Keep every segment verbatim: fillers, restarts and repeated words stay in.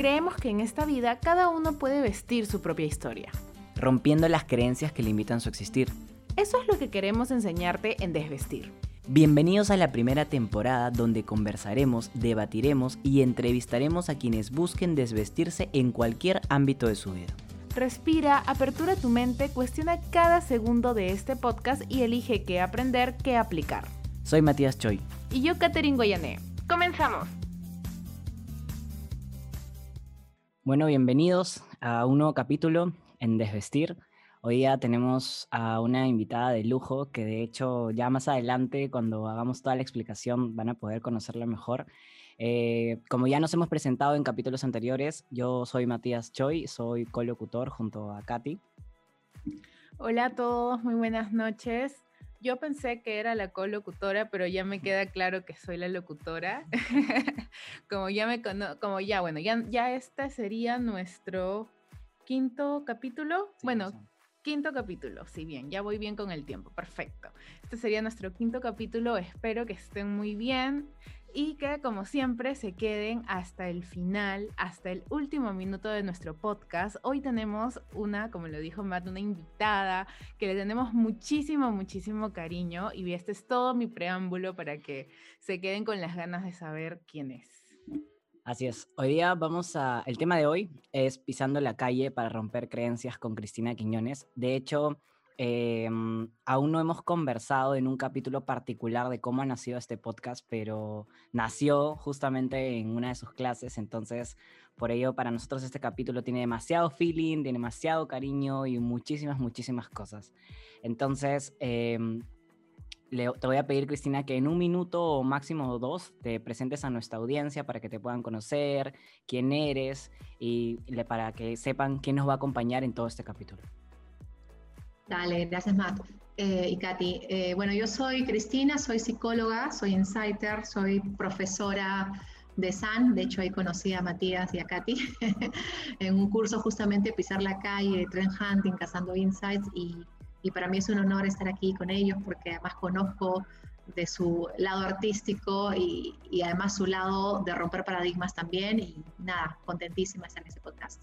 Creemos que en esta vida cada uno puede vestir su propia historia, rompiendo las creencias que limitan su existir. Eso es lo que queremos enseñarte en Desvestir. Bienvenidos a la primera temporada donde conversaremos, debatiremos y entrevistaremos a quienes busquen desvestirse en cualquier ámbito de su vida. Respira, apertura tu mente, cuestiona cada segundo de este podcast y elige qué aprender, qué aplicar. Soy Matías Choi. Y yo, Catherine Guayané. ¡Comenzamos! Bueno, bienvenidos a un nuevo capítulo en Desvestir. Hoy día tenemos a una invitada de lujo que de hecho ya más adelante, cuando hagamos toda la explicación, van a poder conocerla mejor. Eh, como ya nos hemos presentado en capítulos anteriores, yo soy Matías Choi, soy colocutor junto a Katy. Hola a todos, muy buenas noches. Yo pensé que era la colocutora, pero ya me queda claro que soy la locutora. como ya me cono- como ya, bueno, ya, ya este sería nuestro quinto capítulo. Sí, bueno, sí. quinto capítulo, sí, bien, ya voy bien con el tiempo, perfecto. Este sería nuestro quinto capítulo, espero que estén muy bien y que como siempre se queden hasta el final, hasta el último minuto de nuestro podcast. Hoy tenemos una, como lo dijo Matt, una invitada que le tenemos muchísimo, muchísimo cariño y este es todo mi preámbulo para que se queden con las ganas de saber quién es. Así es, hoy día vamos a... El tema de hoy es Pisando la calle para romper creencias con Cristina Quiñones. De hecho, eh, aún no hemos conversado en un capítulo particular de cómo ha nacido este podcast, pero nació justamente en una de sus clases, entonces por ello para nosotros este capítulo tiene demasiado feeling, tiene demasiado cariño y muchísimas, muchísimas cosas. Entonces... Eh, Le, te voy a pedir, Cristina, que en un minuto o máximo dos te presentes a nuestra audiencia para que te puedan conocer, quién eres y le, para que sepan quién nos va a acompañar en todo este capítulo. Dale, gracias Matt eh, y Katy. Eh, bueno, yo soy Cristina, soy psicóloga, soy insighter, soy profesora de S A N, de hecho ahí conocí a Matías y a Katy en un curso justamente Pisar la calle, Trend Hunting, Cazando Insights y Y para mí es un honor estar aquí con ellos porque además conozco de su lado artístico y, y además su lado de romper paradigmas también. Y nada, contentísima de estar en este podcast.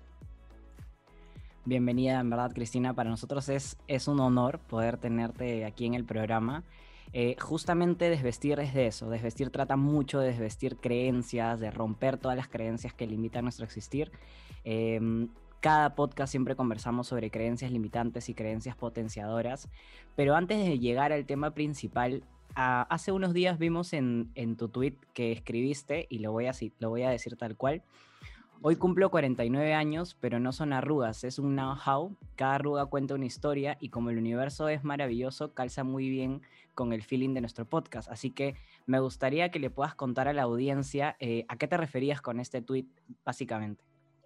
Bienvenida, en verdad, Cristina. Para nosotros es, es un honor poder tenerte aquí en el programa. Eh, justamente Desvestir es de eso. Desvestir trata mucho de desvestir creencias, de romper todas las creencias que limitan nuestro existir. Eh, Cada podcast siempre conversamos sobre creencias limitantes y creencias potenciadoras, pero antes de llegar al tema principal, uh, hace unos días vimos en, en tu tweet que escribiste, y lo voy, a, lo voy a decir tal cual: hoy cumplo cuarenta y nueve años, pero no son arrugas, es un know-how, cada arruga cuenta una historia y como el universo es maravilloso, calza muy bien con el feeling de nuestro podcast, así que me gustaría que le puedas contar a la audiencia eh, a qué te referías con este tweet básicamente.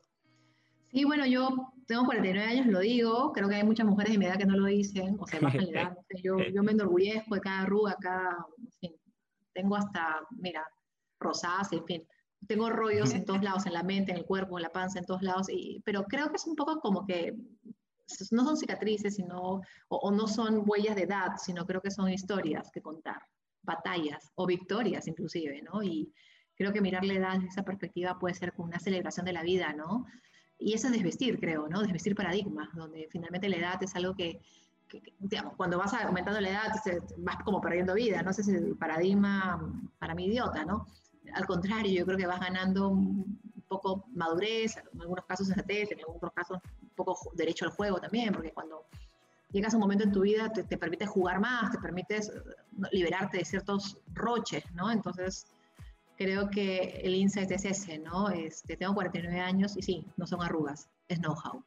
Sí, bueno, yo tengo cuarenta y nueve años, lo digo, creo que hay muchas mujeres de mi edad que no lo dicen, o se bajan la edad, no sé, yo, yo me enorgullezco de cada arruga, cada, en fin, tengo hasta, mira, rosadas, en fin, tengo rollos en todos lados, en la mente, en el cuerpo, en la panza, en todos lados, y, pero creo que es un poco como que no son cicatrices, sino, o, o no son huellas de edad, sino creo que son historias que contar, batallas o victorias inclusive, ¿no? Y creo que mirar la edad desde esa perspectiva puede ser como una celebración de la vida, ¿no? Y eso es desvestir, creo, ¿no? Desvestir paradigmas, donde finalmente la edad es algo que, que, que digamos, cuando vas aumentando la edad, te, vas como perdiendo vida, ¿no? Ese es el paradigma para mi idiota, ¿no? Al contrario, yo creo que vas ganando un poco madurez, en algunos casos sensatez, en algunos casos un poco derecho al juego también, porque cuando llegas a un momento en tu vida te, te permite jugar más, te permites liberarte de ciertos roches, ¿no? Entonces, creo que el insight es ese, ¿no? Este, tengo cuarenta y nueve años y sí, no son arrugas, es know-how.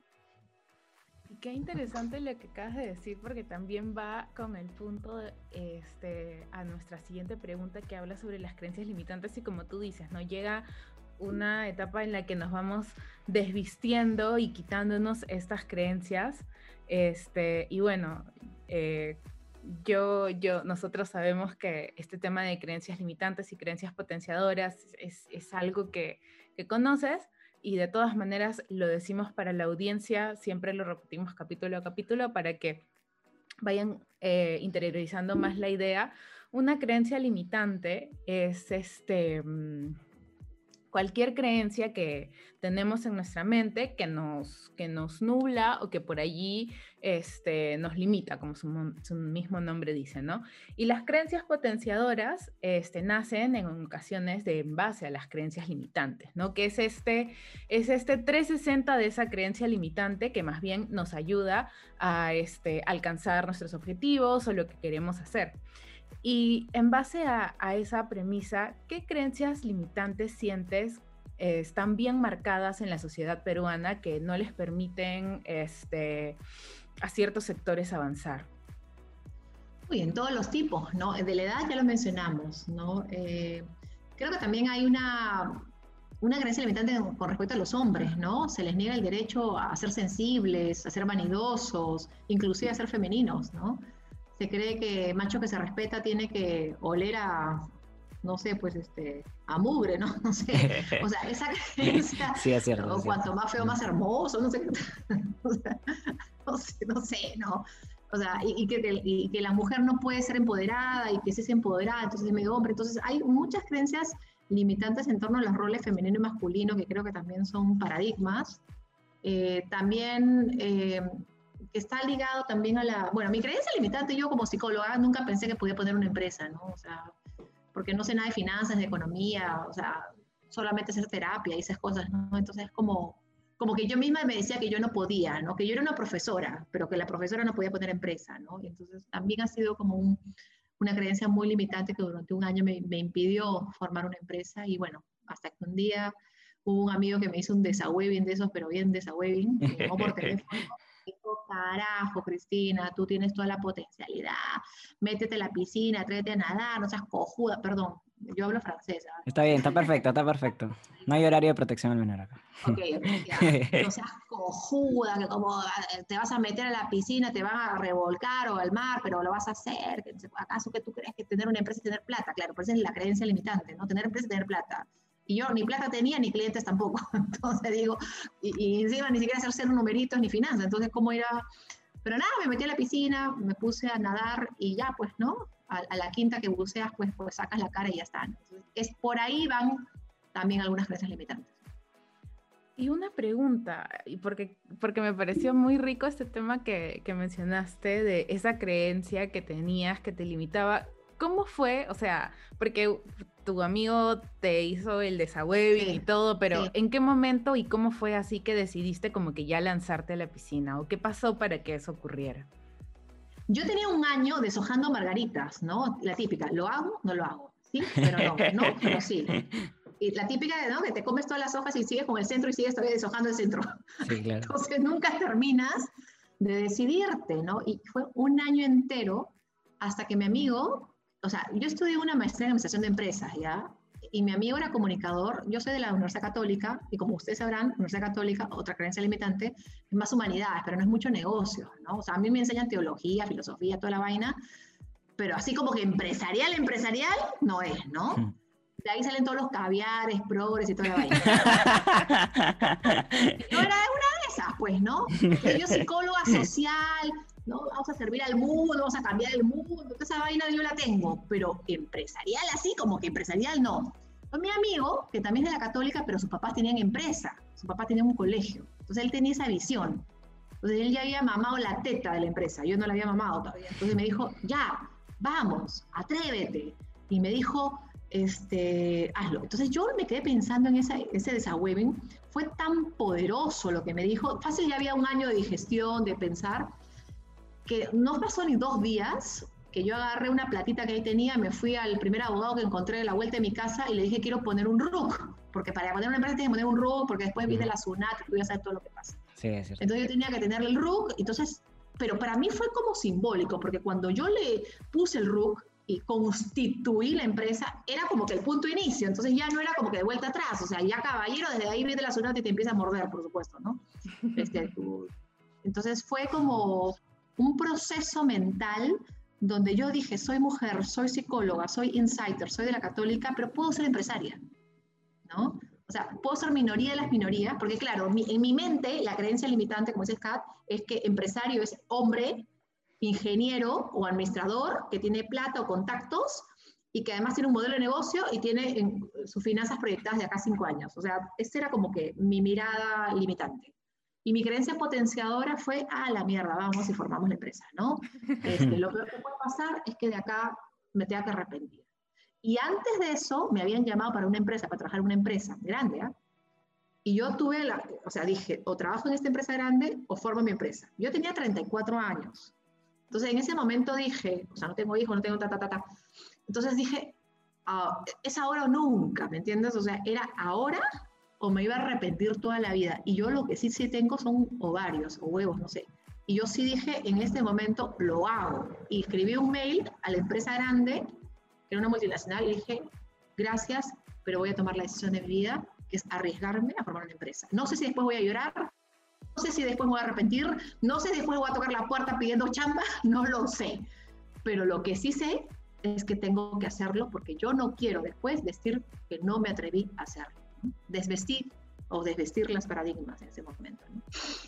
Qué interesante lo que acabas de decir, porque también va con el punto de, este, a nuestra siguiente pregunta que habla sobre las creencias limitantes y como tú dices, ¿no? Llega una etapa en la que nos vamos desvistiendo y quitándonos estas creencias, este, y bueno, eh, Yo, yo, nosotros sabemos que este tema de creencias limitantes y creencias potenciadoras es, es algo que, que conoces y de todas maneras lo decimos para la audiencia, siempre lo repetimos capítulo a capítulo para que vayan eh, interiorizando más la idea. Una creencia limitante es este... cualquier creencia que tenemos en nuestra mente que nos, que nos nubla o que por allí este, nos limita, como su, su mismo nombre dice, ¿no? Y las creencias potenciadoras este, nacen en ocasiones de en base a las creencias limitantes, ¿no? Que es este, es este trescientos sesenta de esa creencia limitante que más bien nos ayuda a este, alcanzar nuestros objetivos o lo que queremos hacer. Y en base a, a esa premisa, ¿qué creencias limitantes sientes eh, están bien marcadas en la sociedad peruana que no les permiten este, a ciertos sectores avanzar? Uy, en todos los tipos, ¿no? De la edad ya lo mencionamos, ¿no? Eh, creo que también hay una, una creencia limitante con respecto a los hombres, ¿no? Se les niega el derecho a ser sensibles, a ser vanidosos, inclusive a ser femeninos, ¿no? Se cree que macho que se respeta tiene que oler a, no sé, pues este, a mugre, ¿no? No sé. O sea, esa creencia, sí, es cierto, o es cuanto cierto. más feo, más hermoso, no sé. O sea, no sé, no sé, ¿no? O sea, y, y, que, y que la mujer no puede ser empoderada y que si es empoderada, entonces es medio hombre. Entonces hay muchas creencias limitantes en torno a los roles femenino y masculino que creo que también son paradigmas. Eh, también... Eh, que está ligado también a la... Bueno, mi creencia limitante, yo como psicóloga nunca pensé que podía poner una empresa, ¿no? O sea, porque no sé nada de finanzas, de economía, o sea, solamente hacer terapia y esas cosas, ¿no? Entonces es como, como que yo misma me decía que yo no podía, ¿no? Que yo era una profesora, pero que la profesora no podía poner empresa, ¿no? Y entonces también ha sido como un, una creencia muy limitante que durante un año me, me impidió formar una empresa y bueno, hasta que un día hubo un amigo que me hizo un desahueving de esos, pero bien desahueving, me llamó por teléfono. Dijo, carajo, Cristina, tú tienes toda la potencialidad, métete a la piscina, tráete a nadar, no seas cojuda, perdón, yo hablo francés. ¿Sabes? Está bien, está perfecto, está perfecto. No hay horario de protección al menor acá. Ok, ok, ya. No seas cojuda, que como te vas a meter a la piscina, te van a revolcar o al mar, pero lo vas a hacer. ¿Acaso que tú crees que tener una empresa es tener plata? Claro, pero esa es la creencia limitante, ¿no? Tener empresa es tener plata. Y yo ni plata tenía, ni clientes tampoco. Entonces digo, y, y encima ni siquiera hacer numeritos ni finanzas. Entonces, ¿cómo ir a...? Pero nada, me metí a la piscina, me puse a nadar y ya, pues, ¿no? A, a la quinta que buceas, pues, pues sacas la cara y ya está. Entonces, es, por ahí van también algunas creencias limitantes. Y una pregunta, porque, porque me pareció muy rico este tema que, que mencionaste de esa creencia que tenías que te limitaba. ¿Cómo fue? O sea, porque tu amigo te hizo el desahueving sí, y todo, pero sí. ¿En qué momento y cómo fue así que decidiste como que ya lanzarte a la piscina? ¿O qué pasó para que eso ocurriera? Yo tenía un año deshojando margaritas, ¿no? La típica, ¿lo hago? No lo hago. Sí, pero no, no, pero sí. Y la típica, ¿no? Que te comes todas las hojas y sigues con el centro y sigues todavía deshojando el centro. Sí, claro. Entonces nunca terminas de decidirte, ¿no? Y fue un año entero hasta que mi amigo, o sea, yo estudié una maestría en administración de empresas, ¿ya? Y mi amigo era comunicador, yo soy de la Universidad Católica, y como ustedes sabrán, Universidad Católica, otra creencia limitante, es más humanidades, pero no es mucho negocio, ¿no? O sea, a mí me enseñan teología, filosofía, toda la vaina, pero así como que empresarial, empresarial, no es, ¿no? Hmm. De ahí salen todos los caviares, progres y toda la vaina. Yo era una de esas, pues, ¿no? Que yo psicóloga social, ¿no? Vamos a servir al mundo, vamos a cambiar el mundo, toda esa vaina yo la tengo, pero empresarial así, como que empresarial no. Pues mi amigo, que también es de la Católica, pero sus papás tenían empresa, sus papás tenían un colegio, entonces él tenía esa visión. Entonces él ya había mamado la teta de la empresa, yo no la había mamado todavía. Entonces me dijo, ya, vamos, atrévete. Y me dijo, este, hazlo. Entonces yo me quedé pensando en esa, ese desahueving, fue tan poderoso lo que me dijo, fácil ya había un año de digestión, de pensar, que no pasó ni dos días que yo agarré una platita que ahí tenía, me fui al primer abogado que encontré a la vuelta de mi casa y le dije, quiero poner un R U C, porque para poner una empresa tienes que poner un R U C, porque después viene la SUNAT, y tú ya sabes todo lo que pasa. Sí, es cierto. Entonces yo tenía que tener el R U C, entonces, pero para mí fue como simbólico, porque cuando yo le puse el R U C y constituí la empresa, era como que el punto de inicio, entonces ya no era como que de vuelta atrás, o sea, ya caballero, desde ahí viene la SUNAT y te empieza a morder, por supuesto, ¿no? Este, tú... Entonces fue como un proceso mental donde yo dije, soy mujer, soy psicóloga, soy insider, soy de la Católica, pero puedo ser empresaria, ¿no? O sea, puedo ser minoría de las minorías, porque claro, mi, en mi mente la creencia limitante, como dice Kat, es que empresario es hombre, ingeniero o administrador que tiene plata o contactos y que además tiene un modelo de negocio y tiene en, sus finanzas proyectadas de acá a cinco años. O sea, esa era como que mi mirada limitante. Y mi creencia potenciadora fue, ah, la mierda, vamos y formamos la empresa, ¿no? Este, lo peor que puede pasar es que de acá me tenga que arrepentir. Y antes de eso, me habían llamado para una empresa, para trabajar en una empresa grande, ¿eh? Y yo tuve, la, o sea, dije, o trabajo en esta empresa grande o formo mi empresa. Yo tenía treinta y cuatro años. Entonces, en ese momento dije, o sea, no tengo hijos, no tengo ta, ta, ta, ta. Entonces dije, ah, es ahora o nunca, ¿me entiendes? O sea, era ahora o me iba a arrepentir toda la vida. Y yo lo que sí, sí tengo son ovarios o huevos, no sé. Y yo sí dije, en este momento lo hago. Y escribí un mail a la empresa grande, que era una multinacional, y dije, gracias, pero voy a tomar la decisión de mi vida, que es arriesgarme a formar una empresa. No sé si después voy a llorar, no sé si después me voy a arrepentir, no sé si después voy a tocar la puerta pidiendo chamba, no lo sé. Pero lo que sí sé es que tengo que hacerlo porque yo no quiero después decir que no me atreví a hacerlo. Desvestir o desvestir las paradigmas en ese momento, ¿no?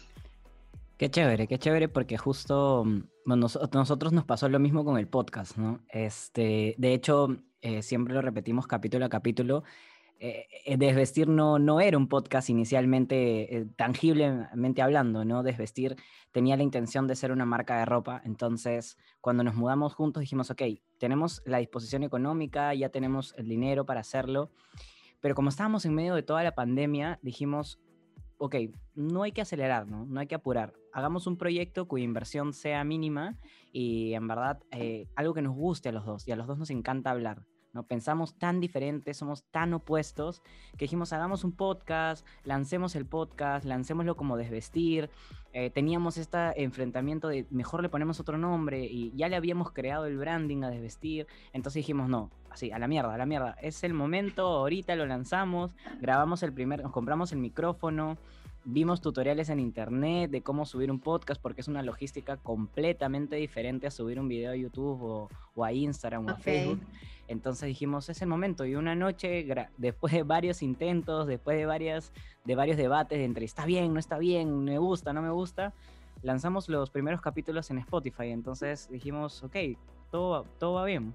Qué chévere, qué chévere, porque justo bueno, nos, nosotros nos pasó lo mismo con el podcast, ¿no? Este, de hecho, eh, siempre lo repetimos capítulo a capítulo. Eh, eh, Desvestir no, no era un podcast inicialmente, eh, tangiblemente hablando, ¿no? Desvestir tenía la intención de ser una marca de ropa, entonces cuando nos mudamos juntos dijimos, ok, tenemos la disposición económica, ya tenemos el dinero para hacerlo, pero como estábamos en medio de toda la pandemia, dijimos, ok, no hay que acelerar, ¿no? No hay que apurar. Hagamos un proyecto cuya inversión sea mínima y en verdad eh, algo que nos guste a los dos, y a los dos nos encanta hablar, ¿no? Pensamos tan diferentes, somos tan opuestos, que dijimos, hagamos un podcast, lancemos el podcast, lancémoslo como Desvestir. Eh, teníamos este enfrentamiento de mejor le ponemos otro nombre y ya le habíamos creado el branding a Desvestir, entonces dijimos, no, así, a la mierda, a la mierda, es el momento, ahorita lo lanzamos, grabamos el primer, nos compramos el micrófono, vimos tutoriales en internet de cómo subir un podcast, porque es una logística completamente diferente a subir un video a YouTube o, o a Instagram o a Okay. Facebook. Entonces dijimos, es el momento. Y una noche, después de varios intentos, después de, varias, de varios debates entre está bien, no está bien, me gusta, no me gusta, lanzamos los primeros capítulos en Spotify. Entonces dijimos, ok, todo, todo va bien.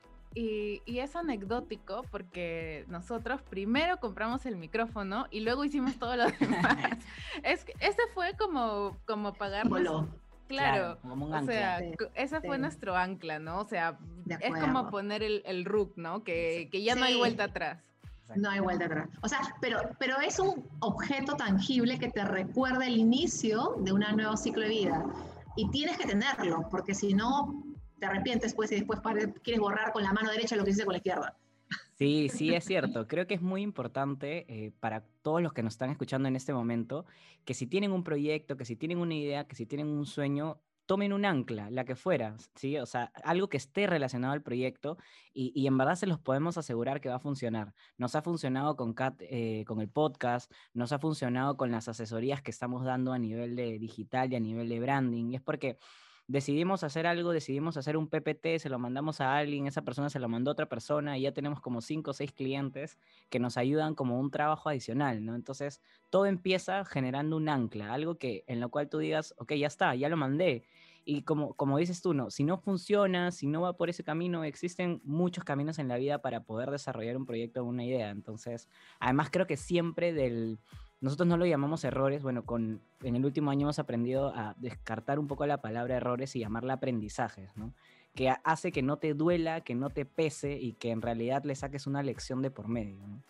Y, y es anecdótico porque nosotros primero compramos el micrófono y luego hicimos todo lo demás. Es que ese fue como, como pagar... Voló. Claro, Claro, como un o sea, ancla. cu- ese fue Sí. nuestro ancla, ¿no? O sea, De es como acuerdo. poner el, el R U C, ¿no? Que, que ya no hay Sí. vuelta atrás. No hay vuelta atrás. O sea, pero, pero es un objeto tangible que te recuerda el inicio de un nuevo ciclo de vida. Y tienes que tenerlo, porque si no, te arrepientes pues, y después pare- quieres borrar con la mano derecha lo que hiciste con la izquierda. Sí, sí, es cierto. Creo que es muy importante eh, para todos los que nos están escuchando en este momento, que si tienen un proyecto, que si tienen una idea, que si tienen un sueño, tomen un ancla, la que fuera, ¿sí? O sea, algo que esté relacionado al proyecto y, y en verdad se los podemos asegurar que va a funcionar. Nos ha funcionado con Kat, eh, con el podcast, nos ha funcionado con las asesorías que estamos dando a nivel de digital y a nivel de branding. Y es porque decidimos hacer algo, decidimos hacer un P P T, se lo mandamos a alguien, esa persona se lo mandó a otra persona y ya tenemos como cinco o seis clientes que nos ayudan como un trabajo adicional, ¿no? Entonces, todo empieza generando un ancla, algo que en lo cual tú digas, ok, ya está, ya lo mandé. Y como, como dices tú, no, si no funciona, si no va por ese camino, existen muchos caminos en la vida para poder desarrollar un proyecto o una idea. Entonces, además creo que siempre del... Nosotros no lo llamamos errores, bueno, con, en el último año hemos aprendido a descartar un poco la palabra errores y llamarla aprendizajes, ¿no? Que hace que no te duela, que no te pese y que en realidad le saques una lección de por medio, ¿no?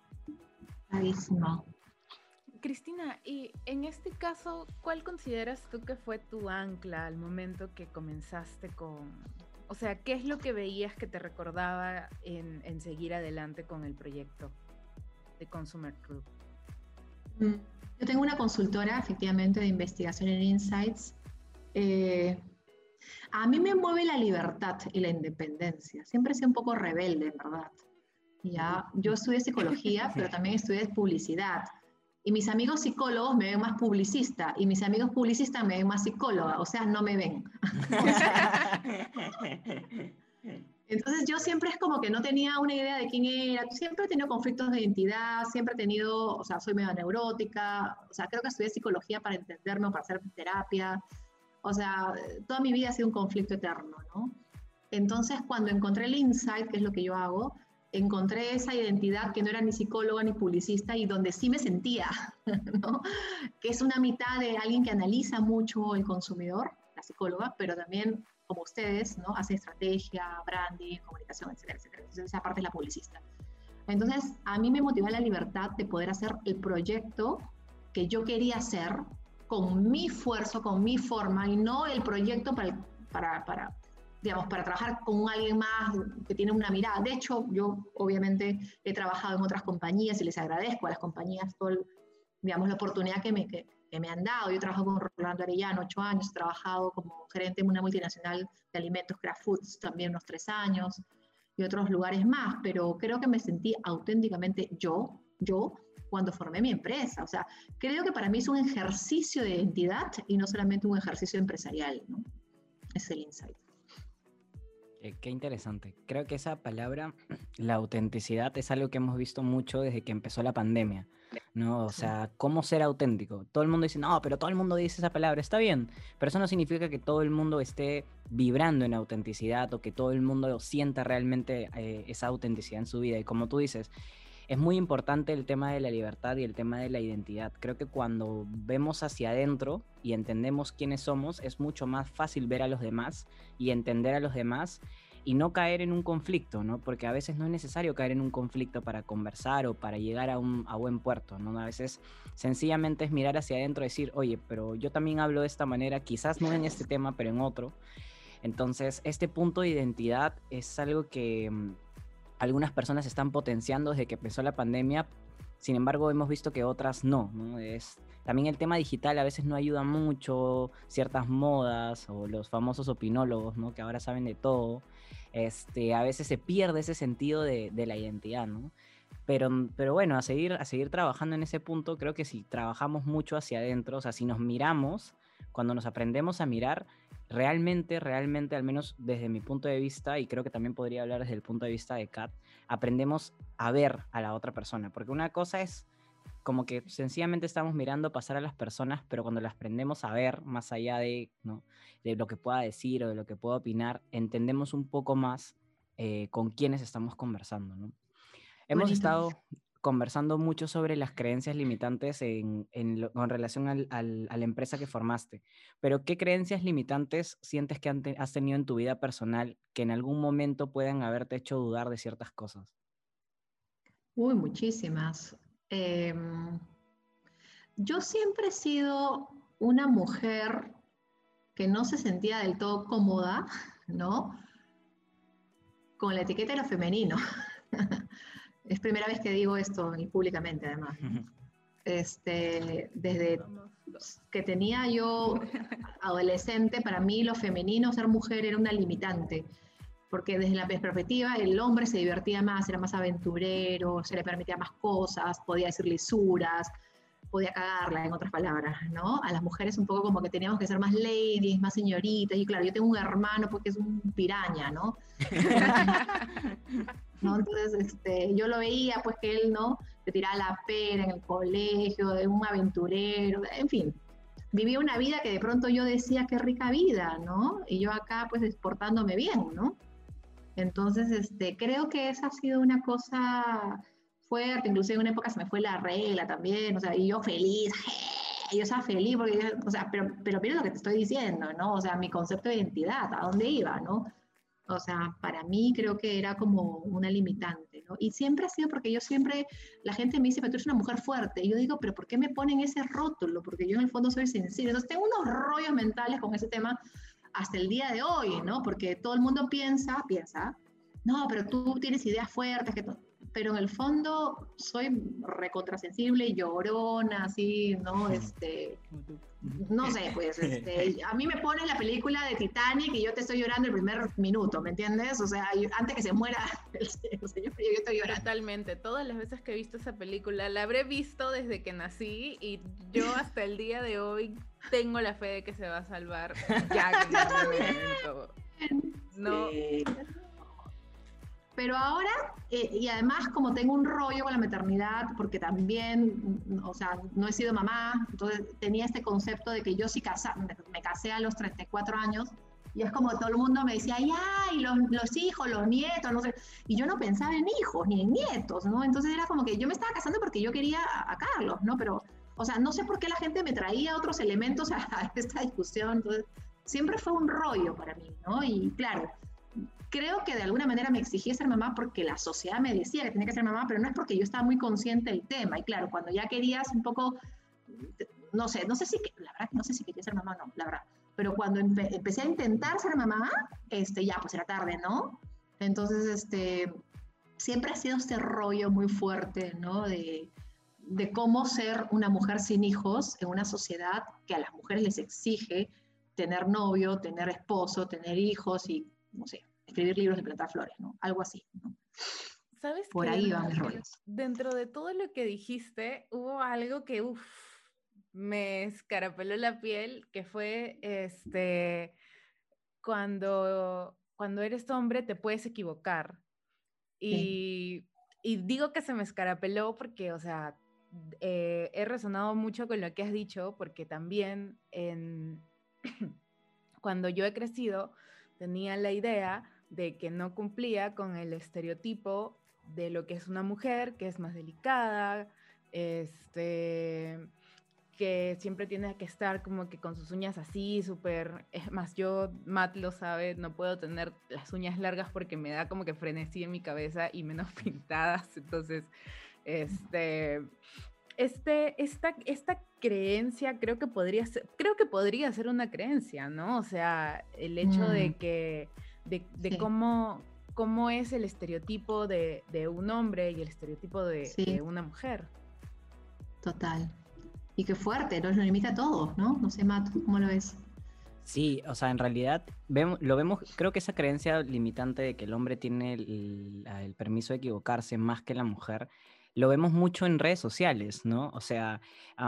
Clarísimo. Cristina, y en este caso, ¿cuál consideras tú que fue tu ancla al momento que comenzaste con... O sea, ¿qué es lo que veías que te recordaba en, en seguir adelante con el proyecto de Consumer Group? Yo tengo una consultora, efectivamente, de investigación en Insights. Eh, a mí me mueve la libertad y la independencia. Siempre he sido un poco rebelde, en verdad. ¿Ya? Yo estudié psicología, pero también estudié publicidad. Y mis amigos psicólogos me ven más publicista, y mis amigos publicistas me ven más psicóloga, o sea, no me ven. Entonces yo siempre es como que no tenía una idea de quién era, siempre he tenido conflictos de identidad, siempre he tenido, o sea, soy medio neurótica, o sea, creo que estudié psicología para entenderme o para hacer terapia, o sea, toda mi vida ha sido un conflicto eterno, ¿no? Entonces, cuando encontré el insight, que es lo que yo hago, encontré esa identidad que no era ni psicóloga ni publicista y donde sí me sentía, ¿no? Que es una mitad de alguien que analiza mucho el consumidor, la psicóloga, pero también, como ustedes, ¿no? Hace estrategia, branding, comunicación, etcétera, etcétera. Entonces, esa parte es la publicista. Entonces, a mí me motivó la libertad de poder hacer el proyecto que yo quería hacer con mi esfuerzo, con mi forma, y no el proyecto para, para, para digamos, para trabajar con alguien más que tiene una mirada. De hecho, yo obviamente he trabajado en otras compañías y les agradezco a las compañías todo el, digamos, la oportunidad que me, que, que me han dado. Yo he trabajado con Rolando Arellano ocho años, he trabajado como gerente en una multinacional de alimentos, Kraft Foods, también unos tres años, y otros lugares más, pero creo que me sentí auténticamente yo, yo, cuando formé mi empresa. O sea, creo que para mí es un ejercicio de identidad y no solamente un ejercicio empresarial, ¿no? Es el insight. Eh, qué interesante. Creo que esa palabra, la autenticidad, es algo que hemos visto mucho desde que empezó la pandemia, ¿no? O sea, cómo ser auténtico. Todo el mundo dice, no, pero todo el mundo dice esa palabra, está bien, pero eso no significa que todo el mundo esté vibrando en autenticidad o que todo el mundo sienta realmente eh, esa autenticidad en su vida. Y como tú dices, es muy importante el tema de la libertad y el tema de la identidad. Creo que cuando vemos hacia adentro y entendemos quiénes somos, es mucho más fácil ver a los demás y entender a los demás y no caer en un conflicto, ¿no? Porque a veces no es necesario caer en un conflicto para conversar o para llegar a un a buen puerto, ¿no? A veces sencillamente es mirar hacia adentro y decir, oye, pero yo también hablo de esta manera, quizás no en este tema, pero en otro. Entonces, este punto de identidad es algo que algunas personas están potenciando desde que empezó la pandemia, sin embargo hemos visto que otras no, ¿no? Es, también el tema digital a veces no ayuda mucho, ciertas modas o los famosos opinólogos, ¿no? Que ahora saben de todo, este, a veces se pierde ese sentido de, de la identidad, ¿no? Pero, pero bueno, a seguir, a seguir trabajando en ese punto, creo que si trabajamos mucho hacia adentro, o sea, si nos miramos, cuando nos aprendemos a mirar, realmente, realmente, al menos desde mi punto de vista, y creo que también podría hablar desde el punto de vista de Kat, aprendemos a ver a la otra persona, porque una cosa es como que sencillamente estamos mirando pasar a las personas, pero cuando las aprendemos a ver, más allá de, ¿no? de lo que pueda decir o de lo que pueda opinar, entendemos un poco más eh, con quiénes estamos conversando, ¿no? Hemos Bonito. estado conversando mucho sobre las creencias limitantes en, en, lo, en relación al, al, a la empresa que formaste, pero ¿qué creencias limitantes sientes que han te, has tenido en tu vida personal que en algún momento puedan haberte hecho dudar de ciertas cosas? Uy, muchísimas. Eh, yo siempre he sido una mujer que no se sentía del todo cómoda, ¿no? Con la etiqueta de lo femenino. Es primera vez que digo esto y públicamente, además. Este, desde que tenía yo adolescente, para mí lo femenino, ser mujer, era una limitante. Porque desde la perspectiva, el hombre se divertía más, era más aventurero, se le permitía más cosas, podía decir lisuras, podía cagarla, en otras palabras, ¿no? A las mujeres un poco como que teníamos que ser más ladies, más señoritas, y claro, yo tengo un hermano porque es un piraña, ¿no? ¿No? Entonces, este, yo lo veía, pues que él, ¿no? Se tiraba la pera en el colegio, de un aventurero, en fin. Vivía una vida que de pronto yo decía, qué rica vida, ¿no? Y yo acá, pues, exportándome bien, ¿no? Entonces, este, creo que esa ha sido una cosa fuerte, incluso en una época se me fue la regla también, o sea, y yo feliz, yo estaba feliz, porque, o sea, pero, pero mira lo que te estoy diciendo, ¿no? O sea, mi concepto de identidad, ¿a dónde iba, no? O sea, para mí creo que era como una limitante, ¿no? Y siempre ha sido porque yo siempre, la gente me dice, pero tú eres una mujer fuerte. Y yo digo, pero ¿por qué me ponen ese rótulo? Porque yo en el fondo soy sensible. Entonces tengo unos rollos mentales con ese tema hasta el día de hoy, ¿no? Porque todo el mundo piensa, piensa, no, pero tú tienes ideas fuertes, que pero en el fondo soy recontrasensible, llorona, así, ¿no? Este, no sé, pues, este, a mí me pones la película de Titanic y yo te estoy llorando el primer minuto, ¿me entiendes? O sea, yo, antes que se muera el señor, yo estoy llorando. Totalmente, todas las veces que he visto esa película, la habré visto desde que nací y yo hasta el día de hoy tengo la fe de que se va a salvar Jack en algún momento. No. Sí. Pero ahora, eh, y además como tengo un rollo con la maternidad, porque también, o sea, no he sido mamá, entonces tenía este concepto de que yo sí casa, me, me casé a los treinta y cuatro años, Y es como todo el mundo me decía, ay, ay, los, los hijos, los nietos, no sé. Y yo no pensaba en hijos ni en nietos, ¿no? Entonces era como que yo me estaba casando porque yo quería a, a Carlos, ¿no? Pero, o sea, no sé por qué la gente me traía otros elementos a, a esta discusión. Entonces, siempre fue un rollo para mí, ¿no? Y claro, creo que de alguna manera me exigía ser mamá porque la sociedad me decía que tenía que ser mamá, pero no es porque yo estaba muy consciente del tema. Y claro, cuando ya querías un poco, no sé, no sé si, la verdad, no sé si quería ser mamá o no, la verdad. Pero cuando empe empecé a intentar ser mamá, este, ya, pues era tarde, ¿no? Entonces, este, siempre ha sido este rollo muy fuerte, ¿no? De, de cómo ser una mujer sin hijos en una sociedad que a las mujeres les exige tener novio, tener esposo, tener hijos y, no sé, escribir libros y plantar flores, ¿no? Algo así, ¿no? ¿Sabes Por qué? ahí van mis rollos. Dentro de todo lo que dijiste, hubo algo que, uff, me escarapeló la piel, que fue, este, cuando, cuando eres hombre te puedes equivocar. Sí. Y, y digo que se me escarapeló porque, o sea, eh, he resonado mucho con lo que has dicho, porque también en, cuando yo he crecido tenía la idea de que no cumplía con el estereotipo de lo que es una mujer, que es más delicada, este, que siempre tiene que estar como que con sus uñas así, súper, es más, yo, Matt lo sabe, no puedo tener las uñas largas porque me da como que frenesí en mi cabeza y menos pintadas, entonces, este, este, esta, esta creencia creo que podría ser, creo que podría ser una creencia, ¿no? O sea, el hecho Mm, de que, de, de sí, cómo, cómo es el estereotipo de, de un hombre y el estereotipo de, sí, de una mujer. total. Y qué fuerte, nos lo limita a todos, ¿no? No sé, Matt, ¿cómo lo ves? Sí, o sea, en realidad vemos, lo vemos, creo que esa creencia limitante de que el hombre tiene el, la- el permiso de equivocarse más que la mujer, lo vemos mucho en redes sociales, ¿no? O sea,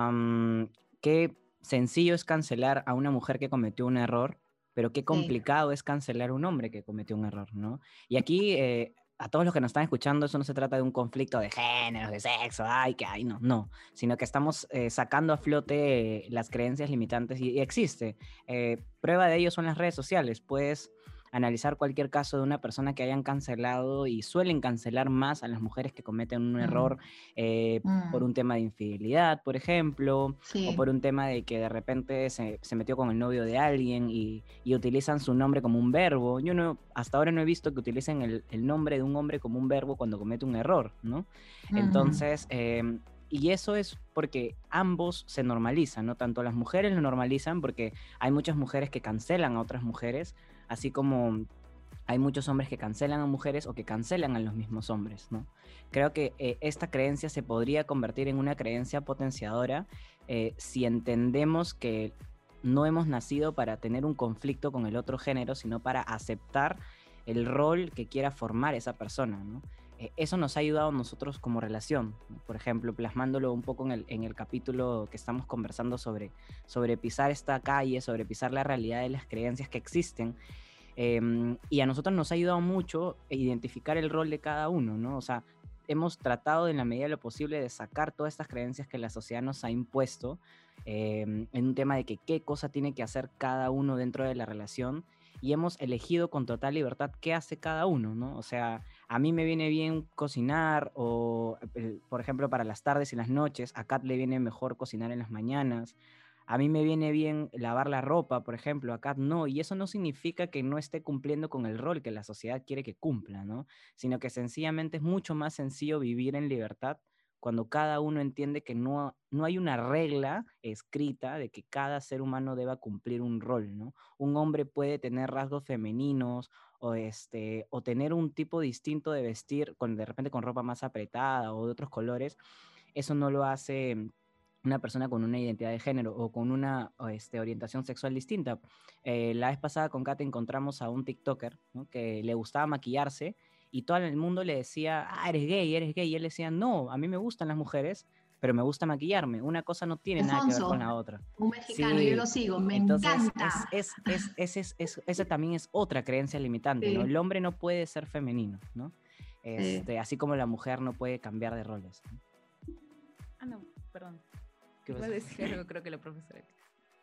am, qué sencillo es cancelar a una mujer que cometió un error, pero qué Sí, complicado es cancelar a un hombre que cometió un error, ¿no? Y aquí, eh, a todos los que nos están escuchando, eso no se trata de un conflicto de género, de sexo, ay, que ay, no, no, sino que estamos eh, sacando a flote eh, las creencias limitantes y, y existe. Eh, prueba de ello son las redes sociales. Puedes analizar cualquier caso de una persona que hayan cancelado y suelen cancelar más a las mujeres que cometen un mm, error eh, por mm, un tema de infidelidad, por ejemplo, o sí, por un tema de que de repente se, se metió con el novio de alguien y, y utilizan su nombre como un verbo. Yo no, hasta ahora no he visto que utilicen el, el nombre de un hombre como un verbo cuando comete un error, ¿no? ujú, Entonces, eh, y eso es porque ambos se normalizan, ¿no? Tanto las mujeres lo normalizan porque hay muchas mujeres que cancelan a otras mujeres, así como hay muchos hombres que cancelan a mujeres o que cancelan a los mismos hombres, ¿no? Creo que eh, esta creencia se podría convertir en una creencia potenciadora eh, si entendemos que no hemos nacido para tener un conflicto con el otro género, sino para aceptar el rol que quiera formar esa persona, ¿no? Eh, eso nos ha ayudado a nosotros como relación, ¿no? Por ejemplo, plasmándolo un poco en el, en el capítulo que estamos conversando sobre, sobre pisar esta calle, sobre pisar la realidad de las creencias que existen. Eh, y a nosotros nos ha ayudado mucho identificar el rol de cada uno, ¿no? O sea, hemos tratado en la medida de lo posible de sacar todas estas creencias que la sociedad nos ha impuesto eh, en un tema de que qué cosa tiene que hacer cada uno dentro de la relación y hemos elegido con total libertad qué hace cada uno, ¿no? O sea, a mí me viene bien cocinar o, eh, por ejemplo, para las tardes y las noches, a Kat le viene mejor cocinar en las mañanas. A mí me viene bien lavar la ropa, por ejemplo, acá no, y eso no significa que no esté cumpliendo con el rol que la sociedad quiere que cumpla, ¿no? Sino que sencillamente es mucho más sencillo vivir en libertad cuando cada uno entiende que no, no hay una regla escrita de que cada ser humano deba cumplir un rol, ¿no? Un hombre puede tener rasgos femeninos o, este, o tener un tipo distinto de vestir, con, de repente con ropa más apretada o de otros colores. Eso no lo hace una persona con una identidad de género o con una este, orientación sexual distinta. Eh, la vez pasada con Kate encontramos a un TikToker, ¿no? Que le gustaba maquillarse y todo el mundo le decía, ah, eres gay, eres gay. Y él decía, no, a mí me gustan las mujeres, pero me gusta maquillarme. Una cosa no tiene nada que ver con Alfonso, la otra. un mexicano, yo lo Sí, sigo, me entonces es, encanta. es, es, es, es, es- esa también es otra creencia limitante, ¿no? Sí, El hombre no puede ser femenino, ¿no? sí. Este, así como la mujer no puede cambiar de roles, ¿no? Ah, no, perdón. ¿Qué Iba a pasa? decir algo, creo que la profesora.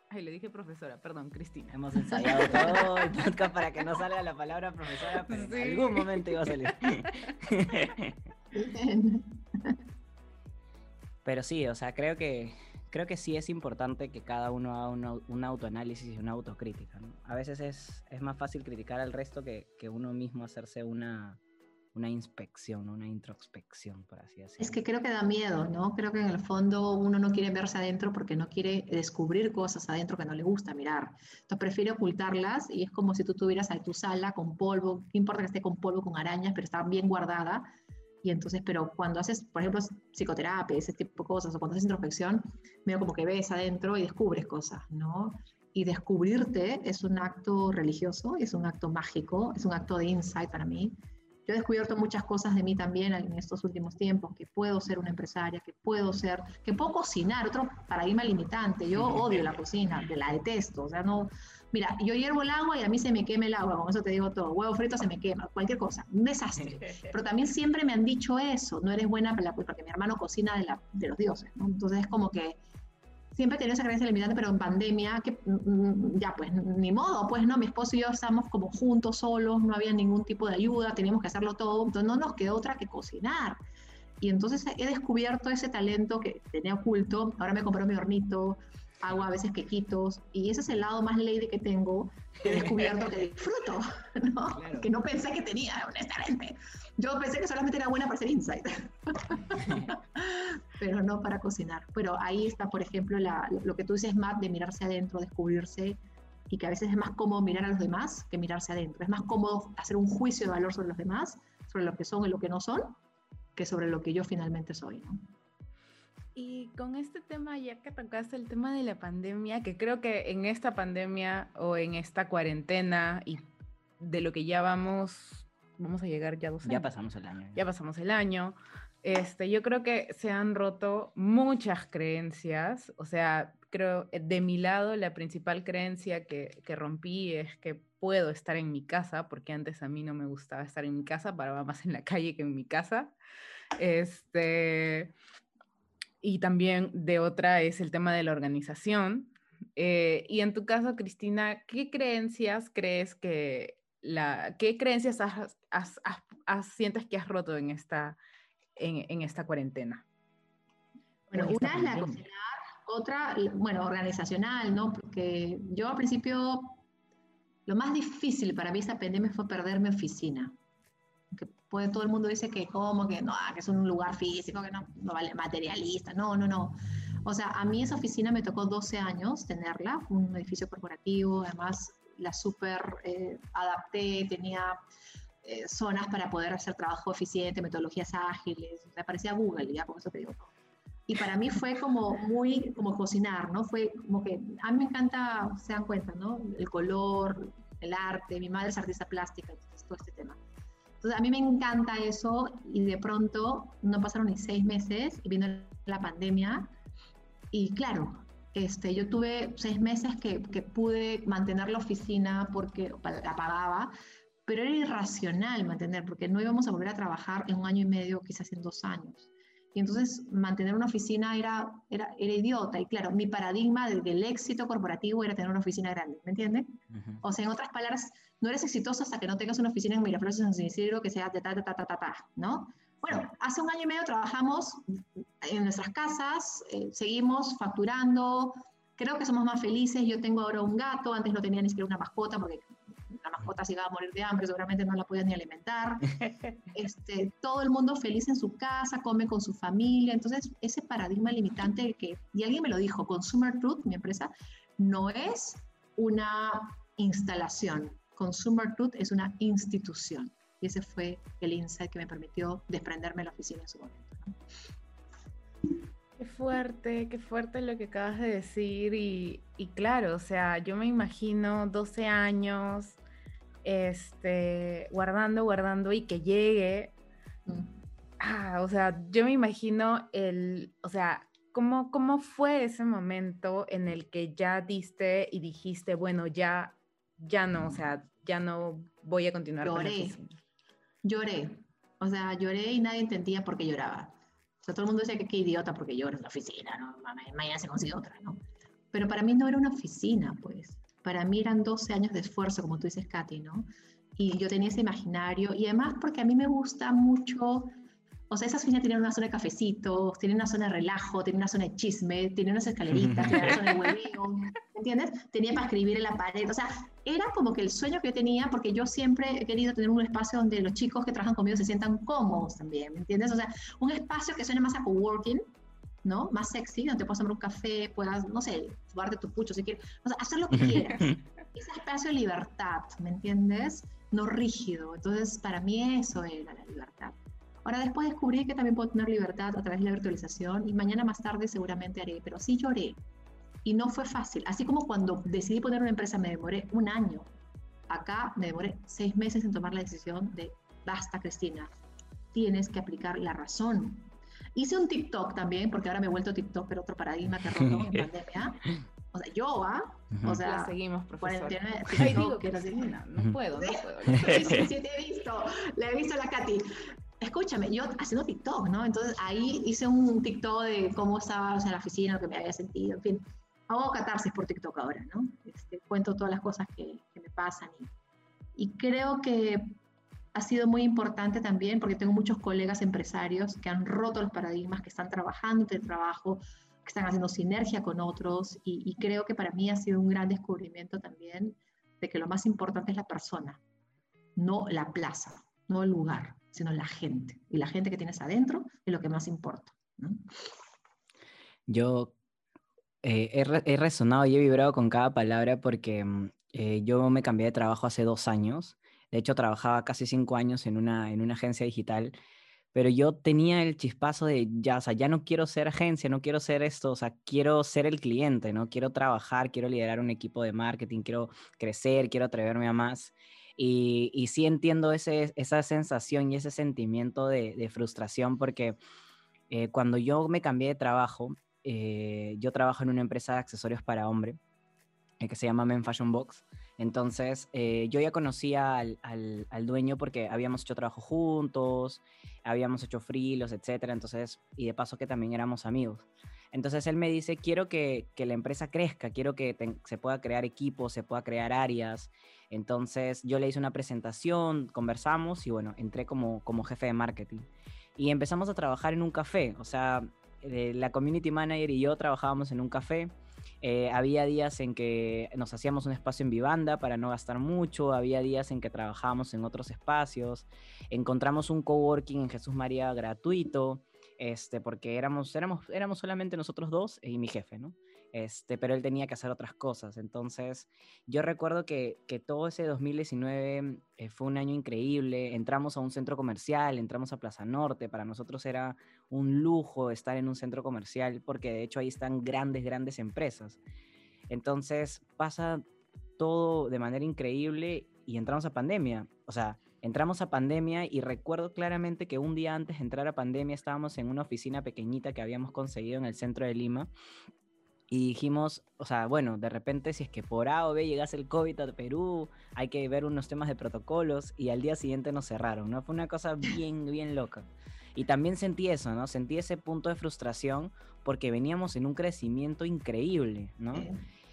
Ay, le dije profesora, perdón, Cristina. Hemos ensayado todo el podcast para que no salga la palabra profesora, pero Sí. en algún momento iba a salir. Pero sí, o sea, creo que, creo que sí es importante que cada uno haga un, au- un autoanálisis y una autocrítica, ¿no? A veces es, es más fácil criticar al resto que, que uno mismo hacerse una, una inspección, ¿no? Una introspección, por así decirlo. Es que creo que da miedo, ¿no? Creo que en el fondo uno no quiere verse adentro porque no quiere descubrir cosas adentro que no le gusta mirar. Entonces prefiere ocultarlas y es como si tú tuvieras ahí tu sala con polvo, no importa que esté con polvo, con arañas, pero está bien guardada. Y entonces, pero cuando haces, por ejemplo, psicoterapia, ese tipo de cosas, o cuando haces introspección, medio como que ves adentro y descubres cosas, ¿no? Y descubrirte es un acto religioso, es un acto mágico, es un acto de insight para mí. Yo he descubierto muchas cosas de mí también en estos últimos tiempos, que puedo ser una empresaria, que puedo ser, que puedo cocinar, otro paradigma limitante. Yo odio la cocina, de la detesto, o sea, no, mira, yo hiervo el agua y a mí se me quema el agua, con eso te digo todo, huevo frito se me quema, cualquier cosa, un desastre. Pero también siempre me han dicho eso, no eres buena para la, porque mi hermano cocina de, la, de los dioses, ¿no? Entonces es como que siempre he tenido esa creencia limitante, pero en pandemia, que mm, ya pues ni modo, pues no, mi esposo y yo estábamos como juntos, solos, no había ningún tipo de ayuda, teníamos que hacerlo todo, entonces no nos quedó otra que cocinar. Y entonces he descubierto ese talento que tenía oculto, ahora me compré mi hornito, hago a veces quequitos, y ese es el lado más lady que tengo, que he descubierto que disfruto, ¿no? Claro. Que no pensé que tenía, honestamente. Yo pensé que solamente era buena para hacer insight, pero no para cocinar. Pero ahí está, por ejemplo, la, lo que tú dices, Matt, de mirarse adentro, descubrirse, y que a veces es más cómodo mirar a los demás que mirarse adentro. Es más cómodo hacer un juicio de valor sobre los demás, sobre lo que son y lo que no son, que sobre lo que yo finalmente soy, ¿no? Y con este tema, ya que tocaste el tema de la pandemia, que creo que en esta pandemia o en esta cuarentena y de lo que ya vamos, vamos a llegar ya dos años. Ya pasamos el año. Ya pasamos el año. Este, yo creo que se han roto muchas creencias. O sea, creo de mi lado la principal creencia que, que rompí es que puedo estar en mi casa, porque antes a mí no me gustaba estar en mi casa, paraba más en la calle que en mi casa. Este... Y también de otra es el tema de la organización. Eh, y en tu caso, Cristina, ¿qué creencias crees que la, qué creencias has, has, has, has, sientes que has roto en esta, en, en esta cuarentena? Bueno, una es la cocinar, otra, bueno, organizacional, ¿no? Porque yo al principio, lo más difícil para mí esta pandemia fue perder mi oficina. Que puede, todo el mundo dice que como, que no, que es un lugar físico, que no, no vale, materialista, no, no, no. O sea, a mí esa oficina me tocó doce años tenerla, un edificio corporativo, además la súper eh, adapté, tenía eh, zonas para poder hacer trabajo eficiente, metodologías ágiles, o sea, parecía Google, ya, con eso te digo todo. Y para mí fue como muy, como cocinar, ¿no? Fue como que, a mí me encanta, se dan cuenta, ¿no? El color, el arte, mi madre es artista plástica, entonces todo este tema. Entonces, a mí me encanta eso y de pronto no pasaron ni seis meses y vino la pandemia y claro, este, yo tuve seis meses que, que pude mantener la oficina porque la pagaba, pero era irracional mantener porque no íbamos a volver a trabajar en un año y medio, quizás en dos años. Y entonces mantener una oficina era, era, era idiota. Y claro, mi paradigma del, del éxito corporativo era tener una oficina grande, ¿me entienden? Uh-huh. O sea, en otras palabras, no eres exitoso hasta que no tengas una oficina en Miraflores, en San Isidro, que sea de ta, ta, ta, ta, ta, ta, ¿no? Bueno, hace un año y medio trabajamos en nuestras casas, eh, seguimos facturando, creo que somos más felices. Yo tengo ahora un gato, antes no tenía ni siquiera una mascota, porque la mascota se iba a morir de hambre, seguramente no la podía ni alimentar. Este, todo el mundo feliz en su casa, come con su familia. Entonces, ese paradigma limitante que, y alguien me lo dijo, Consumer Truth, mi empresa, no es una instalación. Consumer Truth es una institución. Y ese fue el insight que me permitió desprenderme de la oficina en su momento, ¿no? Qué fuerte, qué fuerte lo que acabas de decir y, y claro, o sea, yo me imagino doce años, este, guardando, guardando y que llegue, mm. ah, o sea, yo me imagino el, o sea, ¿cómo, cómo fue ese momento en el que ya diste y dijiste, bueno, ya, ya no, o sea, ya no voy a continuar lloré, con la oficina? Lloré, o sea, lloré y nadie entendía por qué lloraba. O sea, todo el mundo decía que qué idiota porque lloras en la oficina, ¿no? Mañana se consigue otra, ¿no? pero para mí no era una oficina, pues. Para mí eran doce años de esfuerzo, como tú dices, Katy, ¿no? Y yo tenía ese imaginario, y además porque a mí me gusta mucho, o sea, esas oficinas tienen una zona de cafecitos, tienen una zona de relajo, tienen una zona de chisme, tienen unas escaleritas, tienen una zona de hueveo, ¿me entiendes? Tenía para escribir en la pared, o sea, era como que el sueño que yo tenía, porque yo siempre he querido tener un espacio donde los chicos que trabajan conmigo se sientan cómodos también, ¿me entiendes? O sea, un espacio que suene más a coworking, ¿no? Más sexy, donde te puedas tomar un café, puedas, no sé, fumarte tu pucho si quieres, o sea, hacer lo que quieras. Ese espacio de libertad, ¿me entiendes? No rígido. Entonces, para mí eso era la libertad. Ahora, después descubrí que también puedo tener libertad a través de la virtualización y mañana más tarde seguramente haré, pero sí lloré. Y no fue fácil. Así como cuando decidí poner una empresa me demoré un año. Acá me demoré seis meses en tomar la decisión de, basta, Cristina, tienes que aplicar la razón. Hice un TikTok también, porque ahora me he vuelto TikTok, pero otro paradigma que roto en pandemia. O sea, yo, ¿ah? O sea, la seguimos, profesor. cuarenta y nueve, Ay, digo, Cristina, no puedo, no puedo. Sí, sí, sí, te he visto, la he visto a la Katy. Escúchame, yo haciendo TikTok, ¿no? Entonces ahí hice un TikTok de cómo estaba, o sea, en la oficina, lo que me había sentido, en fin. Hago catarsis por TikTok ahora, ¿no? Este, cuento todas las cosas que, que me pasan y, y creo que ha sido muy importante también porque tengo muchos colegas empresarios que han roto los paradigmas, que están trabajando de trabajo, que están haciendo sinergia con otros y, y creo que para mí ha sido un gran descubrimiento también de que lo más importante es la persona, no la plaza, no el lugar, sino la gente. Y la gente que tienes adentro es lo que más importa, ¿no? Yo eh, he, re he resonado y he vibrado con cada palabra porque mm, eh, yo me cambié de trabajo hace dos años. De hecho, trabajaba casi cinco años en una, en una agencia digital, pero yo tenía el chispazo de ya, o sea, ya no quiero ser agencia, no quiero ser esto, o sea, quiero ser el cliente, ¿no? Quiero trabajar, quiero liderar un equipo de marketing, quiero crecer, quiero atreverme a más. Y, y sí entiendo ese, esa sensación y ese sentimiento de, de frustración porque eh, cuando yo me cambié de trabajo, eh, yo trabajo en una empresa de accesorios para hombre eh, que se llama Men Fashion Box. Entonces, eh, yo ya conocía al, al, al dueño porque habíamos hecho trabajo juntos, habíamos hecho frilos, etcétera. Entonces, y de paso que también éramos amigos. Entonces, él me dice, quiero que, que la empresa crezca, quiero que te, se pueda crear equipos, se pueda crear áreas. Entonces, yo le hice una presentación, conversamos y bueno, entré como, como jefe de marketing. Y empezamos a trabajar en un café, o sea, eh, la community manager y yo trabajábamos en un café. Eh, había días en que nos hacíamos un espacio en Vivanda para no gastar mucho, había días en que trabajábamos en otros espacios, encontramos un coworking en Jesús María gratuito, este, porque éramos, éramos, éramos solamente nosotros dos y mi jefe, ¿no? Este, pero él tenía que hacer otras cosas. Entonces, yo recuerdo que, que todo ese dos mil diecinueve eh, fue un año increíble. Entramos a un centro comercial, entramos a Plaza Norte. Para nosotros era un lujo estar en un centro comercial porque de hecho ahí están grandes, grandes empresas. Entonces, pasa todo de manera increíble y entramos a pandemia. O sea, entramos a pandemia y recuerdo claramente que un día antes de entrar a pandemia estábamos en una oficina pequeñita que habíamos conseguido en el centro de Lima. Y dijimos, o sea, bueno, de repente si es que por A o B llegase el COVID a Perú, hay que ver unos temas de protocolos y al día siguiente nos cerraron, ¿no? Fue una cosa bien, bien loca. Y también sentí eso, ¿no? Sentí ese punto de frustración porque veníamos en un crecimiento increíble, ¿no? Sí.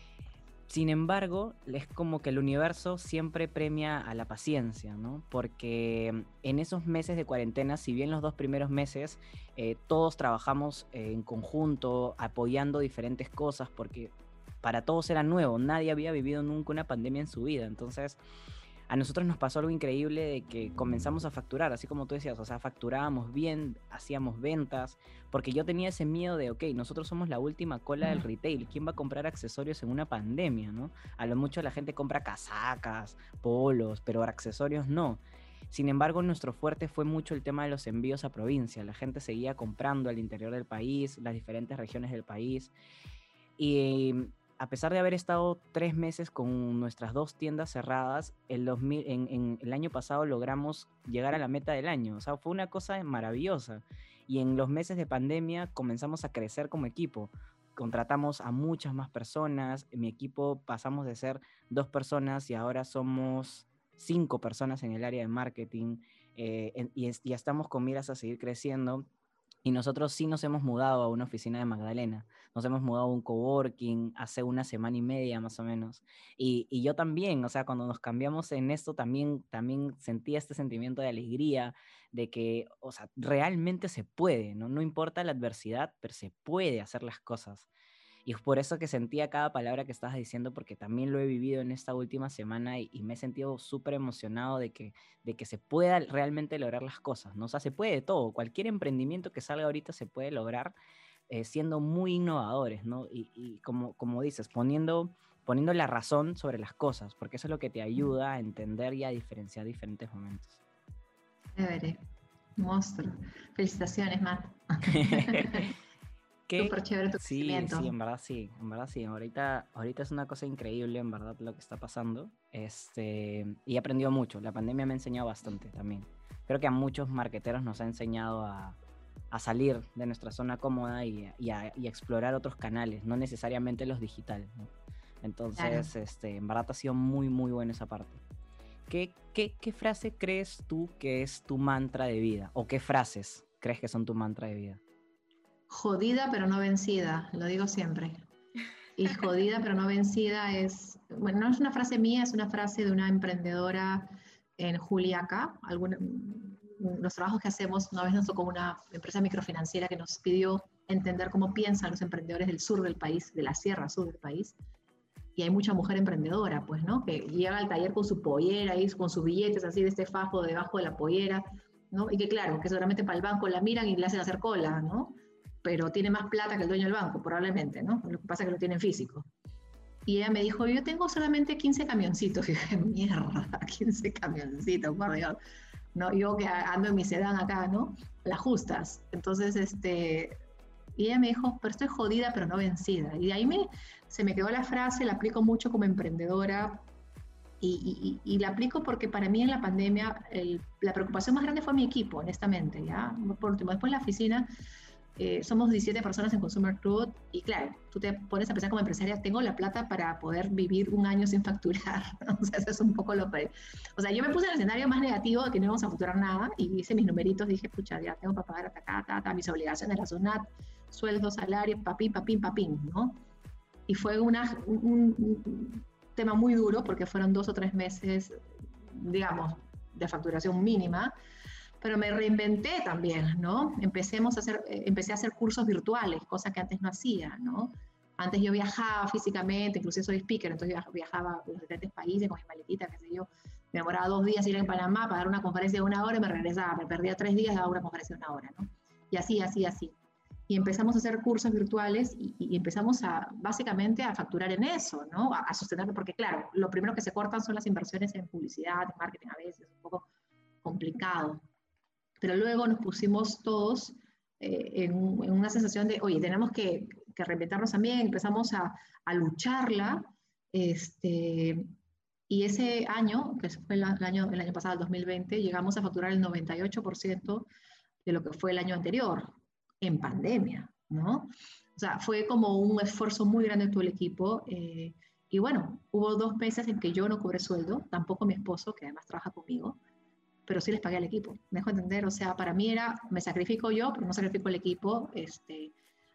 Sin embargo, es como que el universo siempre premia a la paciencia, ¿no? Porque en esos meses de cuarentena, si bien los dos primeros meses eh, todos trabajamos eh, en conjunto, apoyando diferentes cosas, porque para todos era nuevo, nadie había vivido nunca una pandemia en su vida. Entonces, a nosotros nos pasó algo increíble de que comenzamos a facturar, así como tú decías, o sea, facturábamos bien, hacíamos ventas, porque yo tenía ese miedo de, ok, nosotros somos la última cola del retail, ¿quién va a comprar accesorios en una pandemia, no? A lo mucho la gente compra casacas, polos, pero accesorios no. Sin embargo, nuestro fuerte fue mucho el tema de los envíos a provincia, la gente seguía comprando al interior del país, las diferentes regiones del país, y a pesar de haber estado tres meses con nuestras dos tiendas cerradas, el, dos mil, en, en el año pasado logramos llegar a la meta del año. O sea, fue una cosa maravillosa. Y en los meses de pandemia comenzamos a crecer como equipo. Contratamos a muchas más personas. En mi equipo pasamos de ser dos personas y ahora somos cinco personas en el área de marketing. Eh, y, es, y estamos con miras a seguir creciendo. Y nosotros sí nos hemos mudado a una oficina de Magdalena, nos hemos mudado a un coworking hace una semana y media más o menos. Y, y yo también, o sea, cuando nos cambiamos en esto también, también sentía este sentimiento de alegría, de que, o sea, realmente se puede, ¿no? No importa la adversidad, pero se puede hacer las cosas. Y es por eso que sentía cada palabra que estabas diciendo, porque también lo he vivido en esta última semana y, y me he sentido súper emocionado de que, de que se pueda realmente lograr las cosas, ¿no? O sea, se puede de todo. Cualquier emprendimiento que salga ahorita se puede lograr eh, siendo muy innovadores, ¿no? Y, y como, como dices, poniendo, poniendo la razón sobre las cosas, porque eso es lo que te ayuda a entender y a diferenciar diferentes momentos. Chévere, monstruo. Felicitaciones, Matt. Que Súper chévere tu sí, crecimiento. sí, en verdad sí, en verdad sí. Ahorita, ahorita es una cosa increíble, en verdad, lo que está pasando. Este, y he aprendido mucho. La pandemia me ha enseñado bastante también. Creo que a muchos marqueteros nos ha enseñado a, a salir de nuestra zona cómoda y, y, a, y a explorar otros canales, no necesariamente los digitales, ¿no? Entonces, Claro. este, en verdad ha sido muy, muy buena esa parte. ¿Qué, qué, ¿Qué frase crees tú que es tu mantra de vida? ¿O qué frases crees que son tu mantra de vida? Jodida pero no vencida, lo digo siempre. Y jodida pero no vencida es, bueno, no es una frase mía, es una frase de una emprendedora en Juliaca. Alguna, los trabajos que hacemos, una vez nos tocó una empresa microfinanciera que nos pidió entender cómo piensan los emprendedores del sur del país, de la sierra sur del país. Y hay mucha mujer emprendedora, pues, ¿no? Que llega al taller con su pollera y con sus billetes así de este fajo debajo de la pollera, ¿no? Y que claro, que seguramente para el banco la miran y le hacen hacer cola, ¿no? Pero tiene más plata que el dueño del banco, probablemente, ¿no? Lo que pasa es que lo tienen físico. Y ella me dijo, yo tengo solamente quince camioncitos. Y dije, mierda, quince camioncitos, por Dios. ¿No? Yo que ando en mi sedán acá, ¿no? Las justas. Entonces, este, y ella me dijo, pero estoy jodida, pero no vencida. Y de ahí me, se me quedó la frase, la aplico mucho como emprendedora y, y, y la aplico porque para mí en la pandemia el, la preocupación más grande fue mi equipo, honestamente, ¿ya? Por último, después en la oficina eh, somos diecisiete personas en Consumer Cloud y claro, tú te pones a pensar como empresaria, tengo la plata para poder vivir un año sin facturar, ¿no? O sea, eso es un poco lo que... O sea, yo me puse en el escenario más negativo de que no íbamos a facturar nada y hice mis numeritos, dije, pucha, ya tengo para pagar hasta acá, ta, ta, mis obligaciones, la SUNAT, sueldos, salarios, papín, papín, papín, ¿no? Y fue una, un, un tema muy duro porque fueron dos o tres meses, digamos, de facturación mínima, pero me reinventé también, ¿no? Empecemos a hacer, empecé a hacer cursos virtuales, cosa que antes no hacía, ¿no? Antes yo viajaba físicamente, incluso soy speaker, entonces yo viajaba a los diferentes países con mi maletita, qué sé yo. Me demoraba dos días ir a Panamá para dar una conferencia de una hora y me regresaba. Me perdía tres días, daba una conferencia de una hora, ¿no? Y así, así, así. Y empezamos a hacer cursos virtuales y, y empezamos a, básicamente, a facturar en eso, ¿no? A, a sostenerlo, porque claro, lo primero que se cortan son las inversiones en publicidad, en marketing a veces, es un poco complicado. Pero luego nos pusimos todos eh, en, en, una sensación de, oye, tenemos que, que reinventarnos también, empezamos a, a lucharla, este, y ese año, que fue el año, el año pasado, el dos mil veinte, llegamos a facturar el noventa y ocho por ciento de lo que fue el año anterior, en pandemia, ¿no? O sea, fue como un esfuerzo muy grande de todo el equipo, eh, y bueno, hubo dos meses en que yo no cobré sueldo, tampoco mi esposo, que además trabaja conmigo, pero sí les pagué al equipo. Me dejo entender, o sea, para mí era, me sacrifico yo, pero no sacrifico el equipo, este,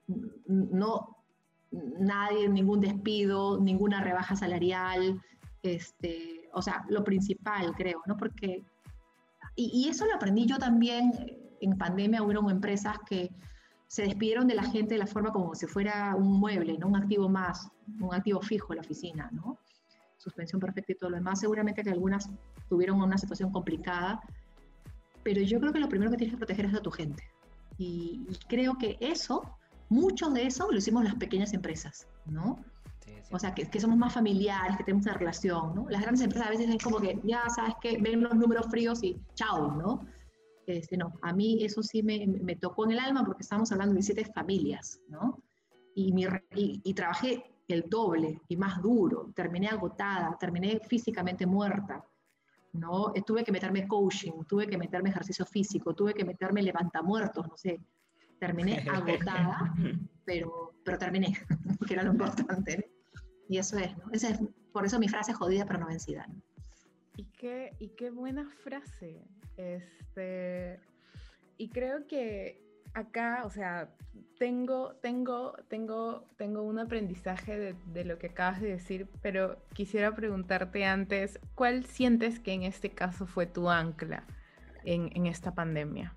no, nadie, ningún despido, ninguna rebaja salarial, este, o sea, lo principal, creo, ¿no? Porque, y, y eso lo aprendí yo también en pandemia, hubieron empresas que se despidieron de la gente de la forma como si fuera un mueble, ¿no? Un activo más, un activo fijo en la oficina, ¿no? Suspensión perfecta y todo lo demás. Seguramente que algunas tuvieron una situación complicada, pero yo creo que lo primero que tienes que proteger es a tu gente. Y, y creo que eso, mucho de eso lo hicimos las pequeñas empresas, ¿no? Sí, sí. O sea, que, que somos más familiares, que tenemos una relación, ¿no? Las grandes empresas a veces es como que, ya sabes que ven los números fríos y chao, ¿no? Este, no, a mí eso sí me, me tocó en el alma porque estábamos hablando de siete familias, ¿no? Y, mi, y, y trabajé el doble y más duro, terminé agotada, terminé físicamente muerta, ¿no? Tuve que meterme coaching, tuve que meterme ejercicio físico, tuve que meterme levantamuertos, no sé, terminé agotada, pero, pero terminé, que era lo importante, ¿no? Y eso es, ¿no? Esa es, por eso mi frase jodida pero no vencida, ¿no? Y qué, y qué buena frase, este, y creo que acá, o sea, tengo, tengo, tengo, tengo un aprendizaje de, de lo que acabas de decir, pero quisiera preguntarte antes, ¿cuál sientes que en este caso fue tu ancla en, en esta pandemia?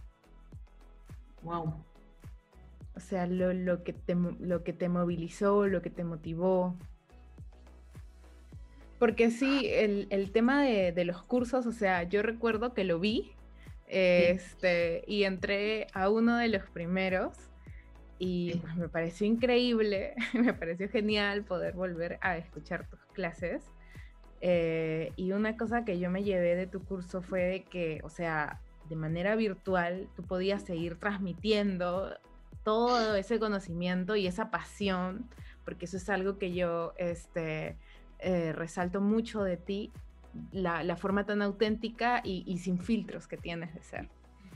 Wow. O sea, lo, lo, que te, lo que te movilizó, lo que te motivó. Porque sí, el, el tema de, de los cursos, o sea, yo recuerdo que lo vi, este, y entré a uno de los primeros y Sí. pues me pareció increíble, me pareció genial poder volver a escuchar tus clases. Eh, y una cosa que yo me llevé de tu curso fue de que, o sea, de manera virtual tú podías seguir transmitiendo todo ese conocimiento y esa pasión, porque eso es algo que yo este, eh, resalto mucho de ti, la, la forma tan auténtica y, y sin filtros que tienes de ser.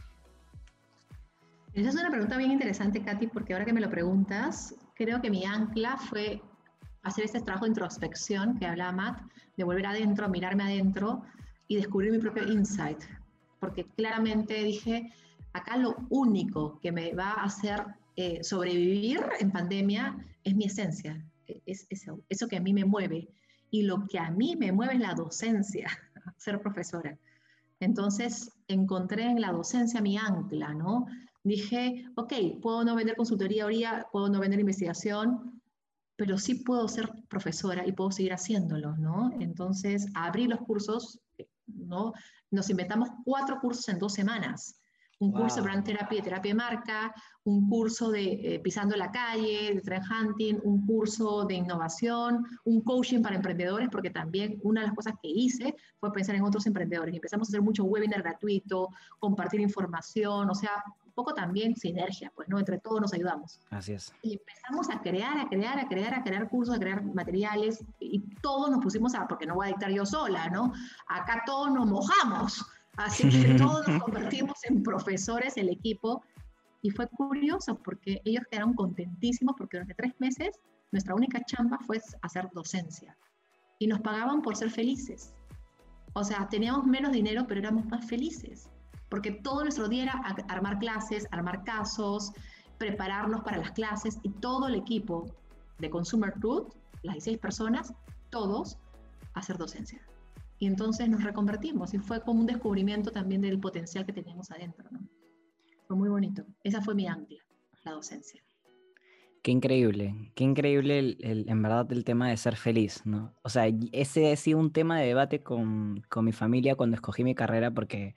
Esa es una pregunta bien interesante, Katy, porque ahora que me lo preguntas, creo que mi ancla fue hacer este trabajo de introspección que hablaba Matt, de volver adentro, mirarme adentro y descubrir mi propio insight. Porque claramente dije, acá lo único que me va a hacer eh, sobrevivir en pandemia es mi esencia, es eso, eso que a mí me mueve. Y lo que a mí me mueve es la docencia, ser profesora. Entonces encontré en la docencia mi ancla, ¿no? Dije, ok, puedo no vender consultoría ahorita, puedo no vender investigación, pero sí puedo ser profesora y puedo seguir haciéndolo, ¿no? Entonces abrí los cursos, ¿no? Nos inventamos cuatro cursos en dos semanas. Un wow. curso de brand therapy, de terapia de marca, un curso de eh, pisando la calle, de trend hunting, un curso de innovación, un coaching para emprendedores, porque también una de las cosas que hice fue pensar en otros emprendedores. Y empezamos a hacer mucho webinar gratuito, compartir información, o sea, un poco también sinergia, pues, ¿no? Entre todos nos ayudamos. Así es. Y empezamos a crear, a crear, a crear, a crear cursos, a crear materiales, y todos nos pusimos a, porque no voy a dictar yo sola, ¿no? Acá todos nos mojamos. Así que todos nos convertimos en profesores, el equipo, y fue curioso porque ellos quedaron contentísimos porque durante tres meses nuestra única chamba fue hacer docencia y nos pagaban por ser felices. O sea, teníamos menos dinero, pero éramos más felices porque todo nuestro día era armar clases, armar casos, prepararnos para las clases y todo el equipo de Consumer Truth, las dieciséis personas, todos, hacer docencia. Y entonces nos reconvertimos y fue como un descubrimiento también del potencial que teníamos adentro, ¿no? Fue muy bonito. Esa fue mi ancla, la docencia. Qué increíble, qué increíble el, el, en verdad el tema de ser feliz, ¿no? O sea, ese ha sido un tema de debate con, con mi familia cuando escogí mi carrera porque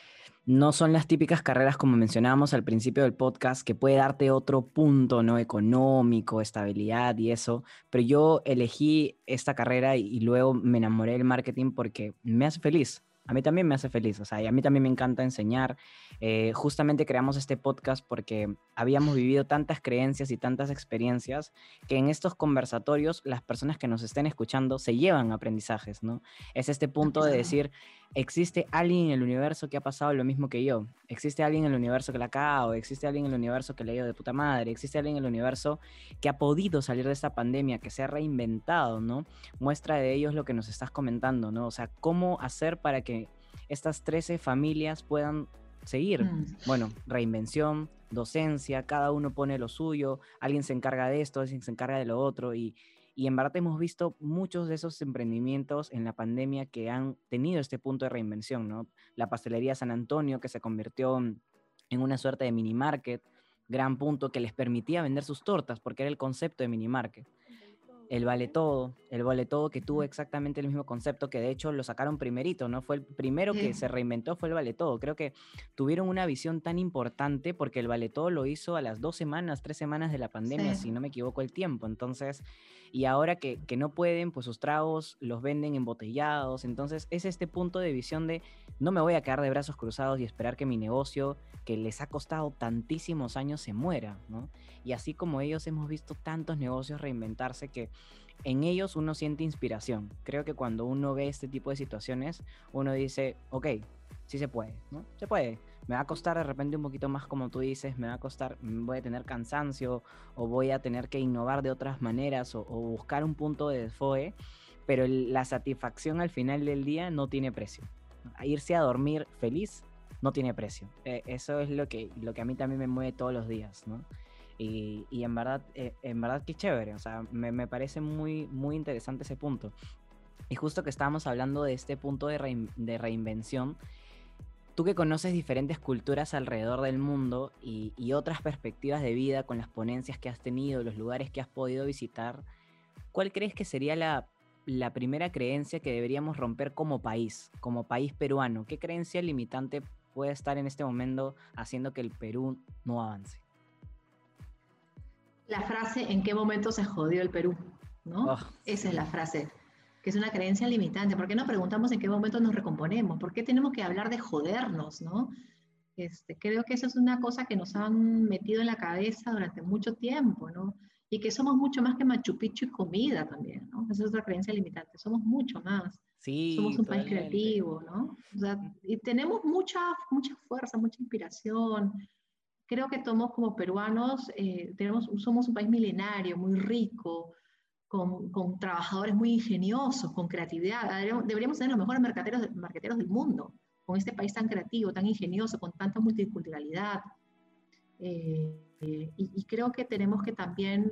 no son las típicas carreras como mencionábamos al principio del podcast que puede darte otro punto, ¿no? Económico, estabilidad y eso, pero yo elegí esta carrera y, y luego me enamoré del marketing porque me hace feliz. A mí también me hace feliz, o sea, y a mí también me encanta enseñar. Eh, justamente creamos este podcast porque habíamos vivido tantas creencias y tantas experiencias que en estos conversatorios las personas que nos estén escuchando se llevan aprendizajes, ¿no? Es este punto de decir, existe alguien en el universo que ha pasado lo mismo que yo, existe alguien en el universo que la ha cagado, existe alguien en el universo que le ha ido de puta madre, existe alguien en el universo que ha podido salir de esta pandemia, que se ha reinventado, ¿no? Muestra de ello es lo que nos estás comentando, ¿no? O sea, cómo hacer para que estas trece familias puedan seguir. Mm. Bueno, reinvención, docencia, cada uno pone lo suyo, alguien se encarga de esto, alguien se encarga de lo otro y, y en verdad hemos visto muchos de esos emprendimientos en la pandemia que han tenido este punto de reinvención, ¿no? La pastelería San Antonio que se convirtió en una suerte de mini market, gran punto que les permitía vender sus tortas porque era el concepto de mini market. El Vale Todo, el Vale Todo que tuvo exactamente el mismo concepto, que de hecho lo sacaron primerito, ¿no? Fue el primero que se reinventó, fue el Vale Todo. Creo que tuvieron una visión tan importante porque el Vale Todo lo hizo a las dos semanas, tres semanas de la pandemia, sí. Si no me equivoco el tiempo. Entonces, y ahora que, que no pueden, pues sus tragos los venden embotellados. Entonces, es este punto de visión de no me voy a quedar de brazos cruzados y esperar que mi negocio, que les ha costado tantísimos años, se muera, ¿no? Y así como ellos hemos visto tantos negocios reinventarse que en ellos uno siente inspiración. Creo que cuando uno ve este tipo de situaciones, uno dice, ok, sí se puede, ¿no? Se puede. Me va a costar de repente un poquito más, como tú dices, me va a costar, voy a tener cansancio o voy a tener que innovar de otras maneras o, o buscar un punto de desfogue, pero el, la satisfacción al final del día no tiene precio. A irse a dormir feliz no tiene precio. Eh, eso es lo que, lo que a mí también me mueve todos los días, ¿no? Y, y en verdad, eh, en verdad que chévere, o sea, me, me parece muy, muy interesante ese punto. Y justo que estábamos hablando de este punto de, rein, de reinvención, tú que conoces diferentes culturas alrededor del mundo y, y otras perspectivas de vida con las ponencias que has tenido, los lugares que has podido visitar, ¿cuál crees que sería la, la primera creencia que deberíamos romper como país, como país peruano? ¿Qué creencia limitante puede estar en este momento haciendo que el Perú no avance? La frase, ¿en qué momento se jodió el Perú? ¿No? Oh, Esa sí. es la frase, que es una creencia limitante. ¿Por qué no preguntamos en qué momento nos recomponemos? ¿Por qué tenemos que hablar de jodernos, no? Este, creo que eso es una cosa que nos han metido en la cabeza durante mucho tiempo, ¿no? Y que somos mucho más que Machu Picchu y comida también, ¿no? Esa es otra creencia limitante. Somos mucho más. Somos Sí, un país totalmente. creativo, ¿no? O sea, y tenemos mucha, mucha fuerza, mucha inspiración. Creo que somos como peruanos, eh, tenemos, somos un país milenario, muy rico, con, con trabajadores muy ingeniosos, con creatividad. Deberíamos, deberíamos ser los mejores marqueteros, marqueteros del mundo, con este país tan creativo, tan ingenioso, con tanta multiculturalidad. Eh, eh, y, y creo que tenemos que también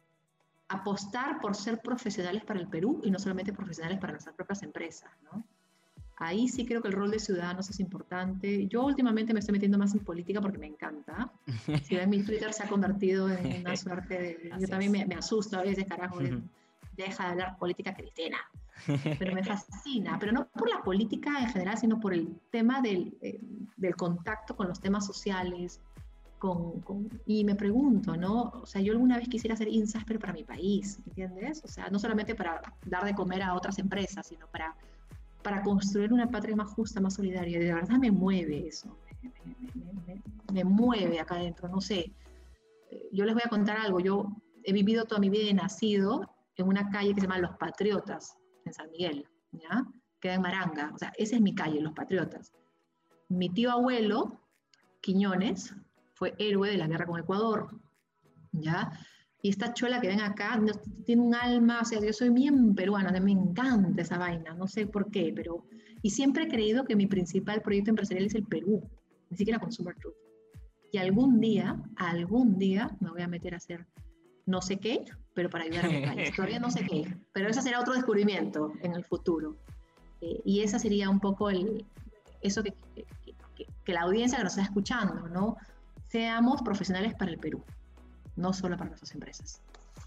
apostar por ser profesionales para el Perú y no solamente profesionales para nuestras propias empresas, ¿no? Ahí sí creo que el rol de ciudadanos es importante. Yo últimamente me estoy metiendo más en política porque me encanta. Si ven, mi Twitter se ha convertido en una suerte de... Yo Así también es. me, me asusto a veces, carajo, de, deja de hablar política cristiana. Pero me fascina, pero no por la política en general, sino por el tema del, eh, del contacto con los temas sociales. Con, con, y me pregunto, ¿no? O sea, yo alguna vez quisiera ser INSAS, pero para mi país, ¿entiendes? O sea, no solamente para dar de comer a otras empresas, sino para para construir una patria más justa, más solidaria. De verdad me mueve eso, me, me, me, me, me mueve acá adentro, no sé. Yo les voy a contar algo, yo he vivido toda mi vida y nacido en una calle que se llama Los Patriotas, en San Miguel, ¿ya? Queda en Maranga, o sea, esa es mi calle, Los Patriotas. Mi tío abuelo, Quiñones, fue héroe de la guerra con Ecuador, ¿ya? Y esta chola que ven acá no, tiene un alma, o sea, yo soy bien peruana, me encanta esa vaina, no sé por qué, pero... Y siempre he creído que mi principal proyecto empresarial es el Perú, ni siquiera Consumer Truth. Y algún día, algún día me voy a meter a hacer no sé qué, pero para ayudar a mi país. Todavía no sé qué, pero ese será otro descubrimiento en el futuro. Eh, y esa sería un poco el, eso que, que, que, que la audiencia que nos está escuchando, ¿no? Seamos profesionales para el Perú, no solo para nuestras empresas.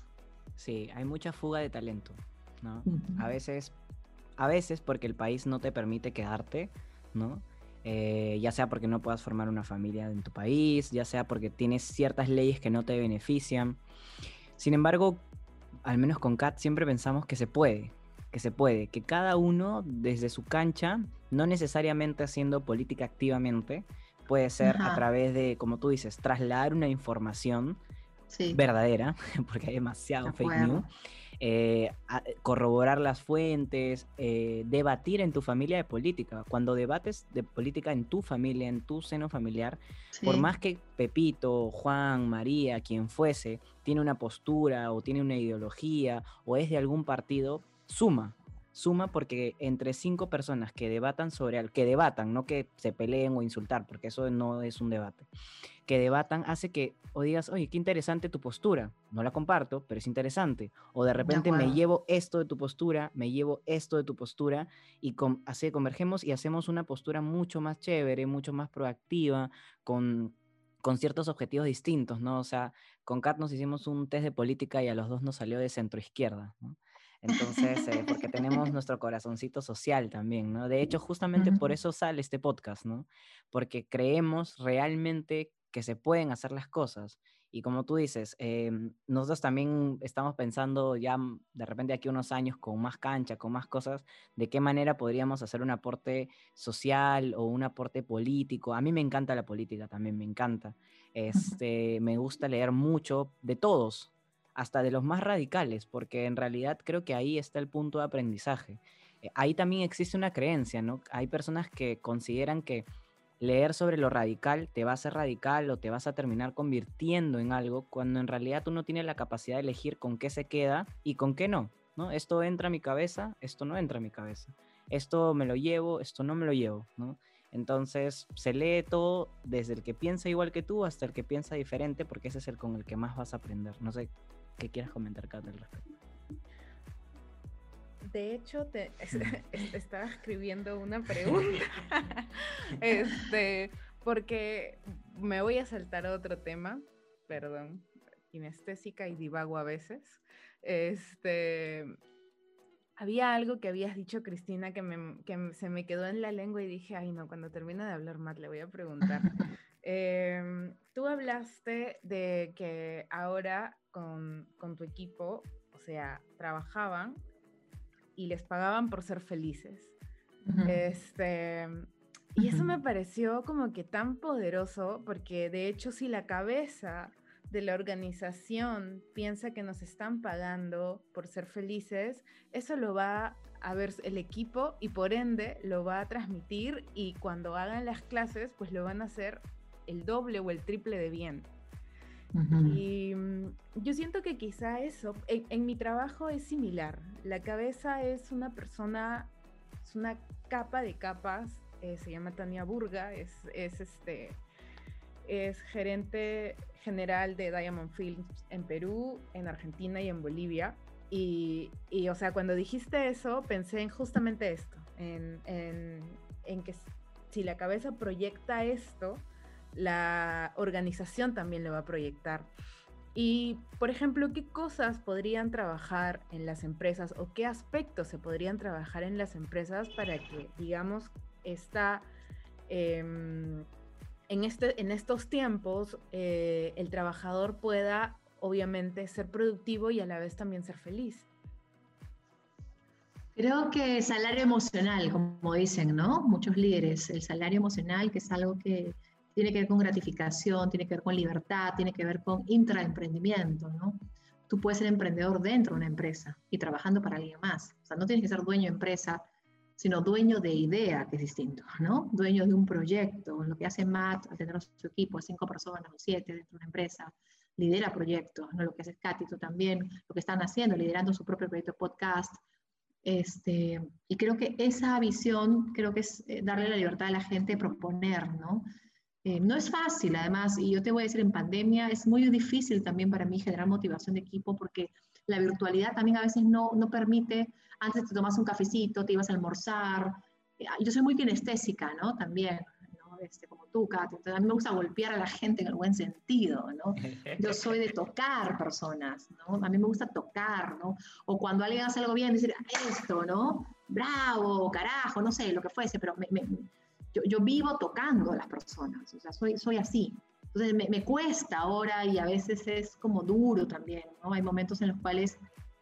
Sí, hay mucha fuga de talento, ¿no? Uh-huh. A veces, a veces porque el país no te permite quedarte, ¿no? Eh, ya sea porque no puedas formar una familia en tu país, ya sea porque tienes ciertas leyes que no te benefician. Sin embargo, al menos con Kat siempre pensamos que se puede, que se puede, que cada uno desde su cancha, no necesariamente haciendo política activamente, puede ser Ajá. a través de, como tú dices, trasladar una información sí. verdadera, porque hay demasiado fake news, eh, a, corroborar las fuentes, eh, debatir en tu familia de política. Cuando debates de política en tu familia, en tu seno familiar, sí. por más que Pepito, Juan, María, quien fuese, tiene una postura o tiene una ideología o es de algún partido, suma. Suma porque entre cinco personas que debatan sobre algo, que debatan, no que se peleen o insultar, porque eso no es un debate, que debatan hace que o digas, oye, qué interesante tu postura, no la comparto, pero es interesante, o de repente de me llevo esto de tu postura, me llevo esto de tu postura, y con, así convergemos y hacemos una postura mucho más chévere, mucho más proactiva, con, con ciertos objetivos distintos, ¿no? O sea, con Kat nos hicimos un test de política y a los dos nos salió de centro izquierda, ¿no? Entonces, eh, porque tenemos nuestro corazoncito social también, ¿no? De hecho, justamente por eso sale este podcast, ¿no? Porque creemos realmente que se pueden hacer las cosas. Y como tú dices, eh, nosotros también estamos pensando ya de repente aquí unos años con más cancha, con más cosas, de qué manera podríamos hacer un aporte social o un aporte político. A mí me encanta la política también, me encanta. Este, me gusta leer mucho de todos, hasta de los más radicales, porque en realidad creo que ahí está el punto de aprendizaje. Eh, ahí también existe una creencia, ¿no? Hay personas que consideran que leer sobre lo radical te va a hacer radical o te vas a terminar convirtiendo en algo, cuando en realidad tú no tienes la capacidad de elegir con qué se queda y con qué no, ¿no? Esto entra a mi cabeza, esto no entra a mi cabeza. Esto me lo llevo, esto no me lo llevo, ¿no? Entonces se lee todo desde el que piensa igual que tú hasta el que piensa diferente, porque ese es el con el que más vas a aprender. No sé qué quieras comentar, Kat, al respecto. De hecho, te estaba escribiendo una pregunta, este, porque me voy a saltar a otro tema, perdón, kinestésica y divago a veces. Este, había algo que habías dicho, Cristina, que, me, que se me quedó en la lengua y dije, ay no, cuando termine de hablar Matt le voy a preguntar. eh, tú hablaste de que ahora con, con tu equipo, o sea, trabajaban y les pagaban por ser felices. Uh-huh. Este, y eso uh-huh. me pareció como que tan poderoso, porque de hecho si la cabeza de la organización piensa que nos están pagando por ser felices, eso lo va a ver el equipo y por ende lo va a transmitir, y cuando hagan las clases pues lo van a hacer el doble o el triple de bien. Uh-huh. Y um, yo siento que quizá eso, en, en mi trabajo es similar. La cabeza es una persona, es una capa de capas, eh, se llama Tania Burga, es, es, este, es gerente general de Diamond Films en Perú, en Argentina y en Bolivia. Y, y o sea, cuando dijiste eso, pensé en justamente esto, en, en, en que si la cabeza proyecta esto, la organización también lo va a proyectar. Y, por ejemplo, ¿qué cosas podrían trabajar en las empresas o qué aspectos se podrían trabajar en las empresas para que, digamos, esta, eh, en, este, en estos tiempos eh, el trabajador pueda, obviamente, ser productivo y a la vez también ser feliz? Creo que salario emocional, como dicen, ¿no? Muchos líderes, el salario emocional, que es algo que tiene que ver con gratificación, tiene que ver con libertad, tiene que ver con intraemprendimiento, ¿no? Tú puedes ser emprendedor dentro de una empresa y trabajando para alguien más. O sea, no tienes que ser dueño de empresa, sino dueño de idea, que es distinto, ¿no? Dueño de un proyecto. Lo que hace Matt al tener su equipo de cinco personas o siete dentro de una empresa, lidera proyectos, ¿no? Lo que hace Katy, tú también, lo que están haciendo, liderando su propio proyecto podcast. Este, y creo que esa visión, creo que es darle la libertad a la gente de proponer, ¿no? Eh, no es fácil, además, y yo te voy a decir, en pandemia es muy difícil también para mí generar motivación de equipo, porque la virtualidad también a veces no, no permite, antes te tomas un cafecito, te ibas a almorzar. Eh, yo soy muy kinestésica, ¿no? También, ¿no? Este, como tú, Katy. Entonces a mí me gusta golpear a la gente en el buen sentido, ¿no? Yo soy de tocar personas, ¿no? A mí me gusta tocar, ¿no? O cuando alguien hace algo bien, decir, esto, ¿no? Bravo, carajo, no sé, lo que fuese, pero me... me Yo, yo vivo tocando a las personas, o sea, soy, soy así. Entonces me, me cuesta ahora y a veces es como duro también, ¿no? Hay momentos en los cuales,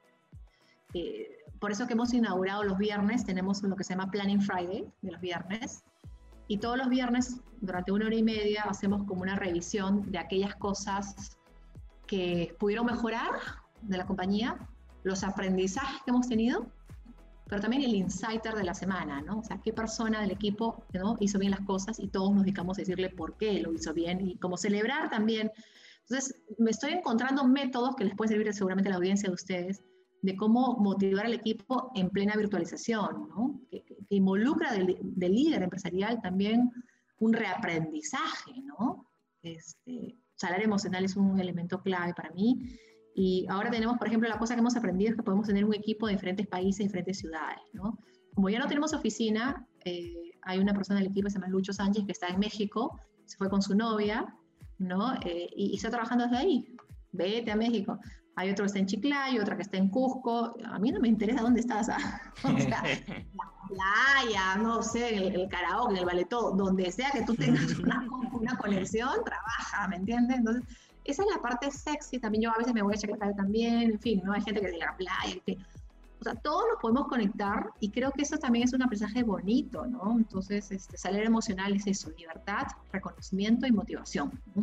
eh, por eso que hemos inaugurado los viernes, tenemos lo que se llama Planning Friday de los viernes, y todos los viernes, durante una hora y media, hacemos como una revisión de aquellas cosas que pudieron mejorar de la compañía, los aprendizajes que hemos tenido, pero también el insider de la semana, ¿no? O sea, qué persona del equipo, ¿no?, hizo bien las cosas, y todos nos dedicamos a decirle por qué lo hizo bien y cómo celebrar también. Entonces, me estoy encontrando métodos que les pueden servir seguramente a la audiencia de ustedes, de cómo motivar al equipo en plena virtualización, ¿no? Que, que, que involucra del, del líder empresarial también un reaprendizaje, ¿no? Este, salario emocional es un elemento clave para mí. Y ahora tenemos, por ejemplo, la cosa que hemos aprendido es que podemos tener un equipo de diferentes países, diferentes ciudades, ¿no? Como ya no tenemos oficina, eh, hay una persona del equipo que se llama Lucho Sánchez, que está en México, se fue con su novia, ¿no? Eh, y, y está trabajando desde ahí. Vete a México. Hay otro que está en Chiclayo, otra que está en Cusco. A mí no me interesa dónde estás. ¿Ah? O sea, la playa, no sé, el, el karaoke, el ballet, todo, donde sea que tú tengas una, una conexión, trabaja, ¿me entiendes? Entonces, esa es la parte sexy. También yo a veces me voy a Chaclayo también, en fin, ¿no? Hay gente que dice la playa, en fin. O sea, todos nos podemos conectar, y creo que eso también es un aprendizaje bonito, ¿no? Entonces, este, salario emocional es eso: libertad, reconocimiento y motivación, ¿no?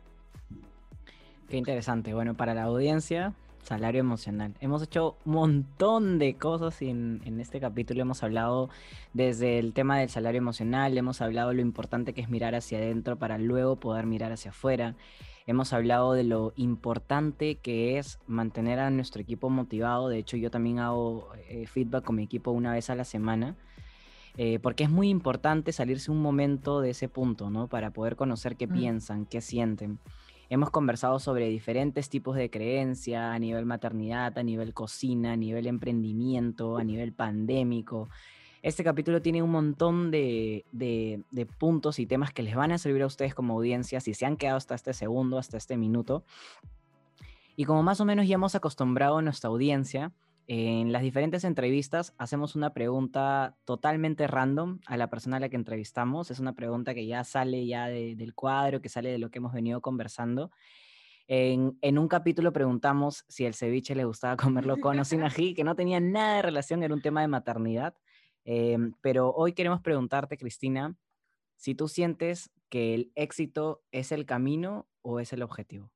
Qué interesante. Bueno, para la audiencia, salario emocional. Hemos hecho un montón de cosas en, en este capítulo. Hemos hablado desde el tema del salario emocional, hemos hablado de lo importante que es mirar hacia adentro para luego poder mirar hacia afuera. Hemos hablado de lo importante que es mantener a nuestro equipo motivado. De hecho, yo también hago eh, feedback con mi equipo una vez a la semana. eh, porque es muy importante salirse un momento de ese punto, ¿no? Para poder conocer qué Mm. piensan, qué sienten. Hemos conversado sobre diferentes tipos de creencia a nivel maternidad, a nivel cocina, a nivel emprendimiento, a nivel pandémico. Este capítulo tiene un montón de, de- de puntos y temas que les van a servir a ustedes como audiencia si se han quedado hasta este segundo, hasta este minuto. Y como más o menos ya hemos acostumbrado a nuestra audiencia, en las diferentes entrevistas hacemos una pregunta totalmente random a la persona a la que entrevistamos. Es una pregunta que ya sale ya de- del cuadro, que sale de lo que hemos venido conversando. En, en un capítulo preguntamos si el ceviche le gustaba comerlo con o sin ají, que no tenía nada de relación, era un tema de maternidad. Em, pero hoy queremos preguntarte, Cristina, si tú sientes que el éxito es el camino o es el objetivo.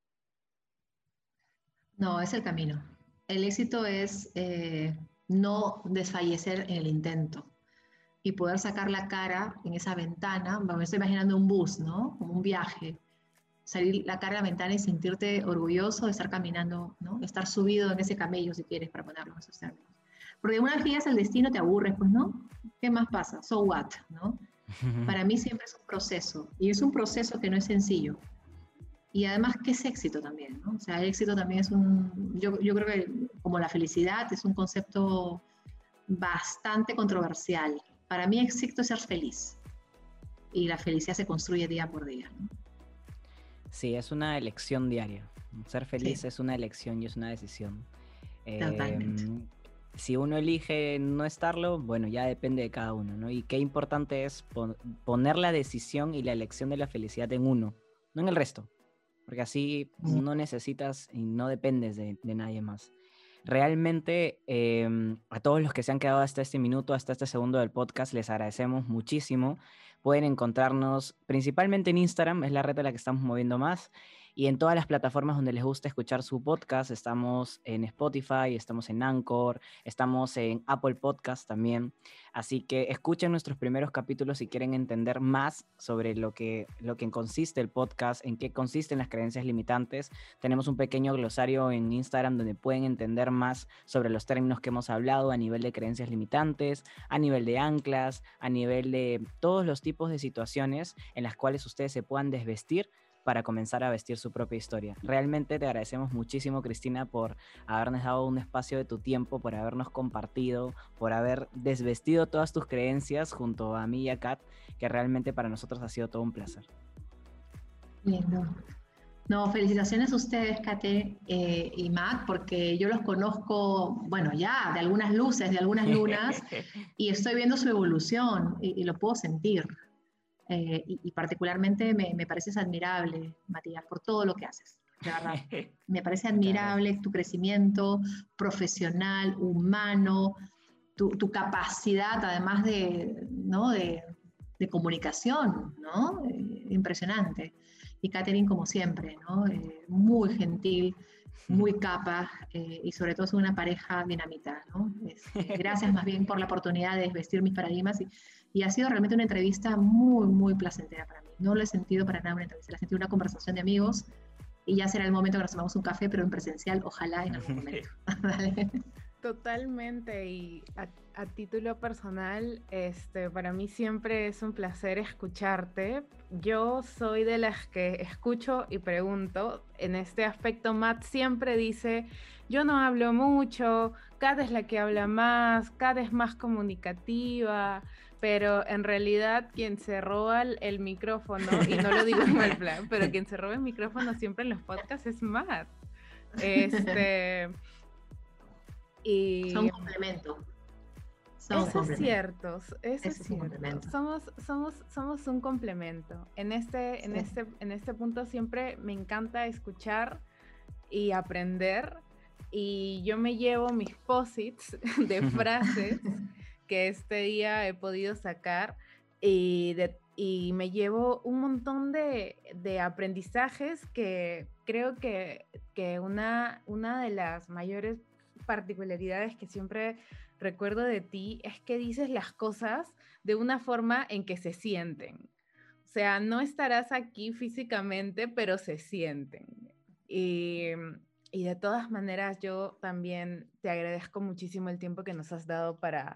No, es el camino. El éxito es eh, no desfallecer en el intento y poder sacar la cara en esa ventana. Me estoy imaginando un bus, ¿no? Como un viaje. Salir la cara a la ventana y sentirte orgulloso de estar caminando, ¿no? Estar subido en ese camello, si quieres, para ponerlo en esos términos. Porque una vez que llegas al destino te aburres, pues, ¿no? ¿Qué más pasa? So what, ¿no? Para mí siempre es un proceso. Y es un proceso que no es sencillo. Y además que es éxito también, ¿no? O sea, el éxito también es un, yo, yo creo que como la felicidad es un concepto bastante controversial. Para mí éxito es ser feliz y la felicidad se construye día por día, ¿no? Sí, es una elección diaria. Ser feliz Sí, es una elección y es una decisión. totalmente. Em, si uno elige no estarlo, bueno, ya depende de cada uno, ¿no? Y qué importante es pon- poner la decisión y la elección de la felicidad en uno, no en el resto, porque así no necesitas y no dependes de, de nadie más. Realmente, em, a todos los que se han quedado hasta este minuto, hasta este segundo del podcast, les agradecemos muchísimo. Pueden encontrarnos principalmente en Instagram, es la red a la que estamos moviendo más, y en todas las plataformas donde les gusta escuchar su podcast. Estamos en Spotify, estamos en Anchor, estamos en Apple Podcast también. Así que escuchen nuestros primeros capítulos si quieren entender más sobre lo que, lo que consiste el podcast, en qué consisten las creencias limitantes. Tenemos un pequeño glosario en Instagram donde pueden entender más sobre los términos que hemos hablado a nivel de creencias limitantes, a nivel de anclas, a nivel de todos los tipos de situaciones en las cuales ustedes se puedan desvestir para comenzar a vestir su propia historia. Realmente te agradecemos muchísimo, Cristina, por habernos dado un espacio de tu tiempo, por habernos compartido, por haber desvestido todas tus creencias junto a mí y a Kat, que realmente para nosotros ha sido todo un placer. Lindo. No, felicitaciones a ustedes, Kate eh, y Mac, porque yo los conozco, bueno, ya, de algunas luces, de algunas lunas, y estoy viendo su evolución y, y lo puedo sentir. Eh, y, y, particularmente me, me pareces admirable, Matías, por todo lo que haces, de verdad. Me parece admirable tu crecimiento profesional, humano, tu, tu capacidad además de, ¿no? de, de comunicación, ¿no? Eh, impresionante. Y Catherine, como siempre, ¿no? Eh, muy gentil, muy capaz eh, y sobre todo es una pareja dinamita, ¿no? Este, gracias más bien por la oportunidad de desvestir mis paradigmas y, y ha sido realmente una entrevista muy, muy placentera para mí. No lo he sentido para nada una entrevista, la he sentido una conversación de amigos y ya será el momento que nos tomamos un café, pero en presencial, ojalá en algún momento. Totalmente, y a, a título personal, este, para mí siempre es un placer escucharte. Yo soy de las que escucho y pregunto. En este aspecto, Matt siempre dice, yo no hablo mucho, Kat es la que habla más, Kat es más comunicativa, pero en realidad quien se roba el, el micrófono, y no lo digo en mal plan, pero quien se roba el micrófono siempre en los podcasts es Matt. Este... Y son complemento. Son eso es cierto, eso es, es cierto. Un somos, somos, somos un complemento. En este, sí. en, este, en este punto siempre me encanta escuchar y aprender. Y yo me llevo mis posits de frases que este día he podido sacar y, de, y me llevo un montón de, de aprendizajes que creo que, que una, una de las mayores particularidades que siempre recuerdo de ti es que dices las cosas de una forma en que se sienten. O sea, no estarás aquí físicamente, pero se sienten. Y, y de todas maneras, yo también te agradezco muchísimo el tiempo que nos has dado para,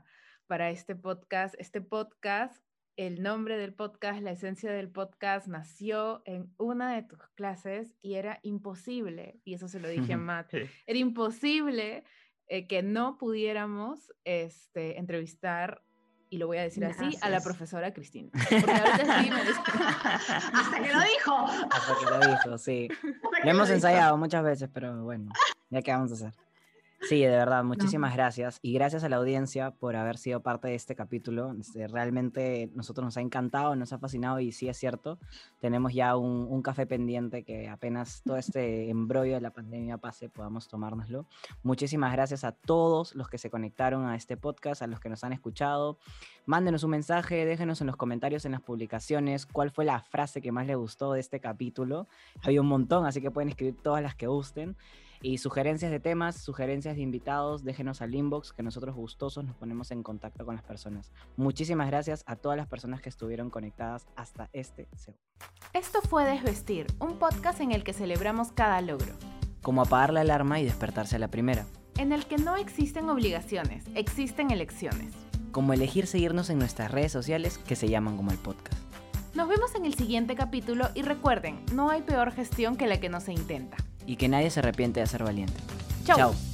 para este podcast. Este podcast, el nombre del podcast, la esencia del podcast nació en una de tus clases y era imposible, y eso se lo dije a Matt, era imposible eh, que no pudiéramos este, entrevistar, y lo voy a decir Gracias. así, a la profesora Cristina. Porque ahorita sí me ¡Hasta que lo dijo! Hasta que lo dijo, sí. Lo hemos ensayado muchas veces, pero bueno, ya qué vamos a hacer. Sí, de verdad, muchísimas no. gracias. Y gracias a la audiencia por haber sido parte de este capítulo. Este, realmente nosotros nos ha encantado, nos ha fascinado y sí es cierto, tenemos ya un, un café pendiente que apenas todo este embrollo de la pandemia pase, podamos tomárnoslo. Muchísimas gracias a todos los que se conectaron a este podcast, a los que nos han escuchado. Mándenos un mensaje, déjenos en los comentarios, en las publicaciones, cuál fue la frase que más les gustó de este capítulo. Había un montón, así que pueden escribir todas las que gusten. Y sugerencias de temas, sugerencias de invitados, déjenos al inbox, que nosotros gustosos nos ponemos en contacto con las personas. Muchísimas gracias a todas las personas que estuvieron conectadas hasta este segundo. Esto fue Desvestir, un podcast en el que celebramos cada logro. Como apagar la alarma y despertarse a la primera. En el que no existen obligaciones, existen elecciones. Como elegir seguirnos en nuestras redes sociales que se llaman como el podcast. Nos vemos en el siguiente capítulo y recuerden, no hay peor gestión que la que no se intenta. Y que nadie se arrepiente de ser valiente. Chau. Chau.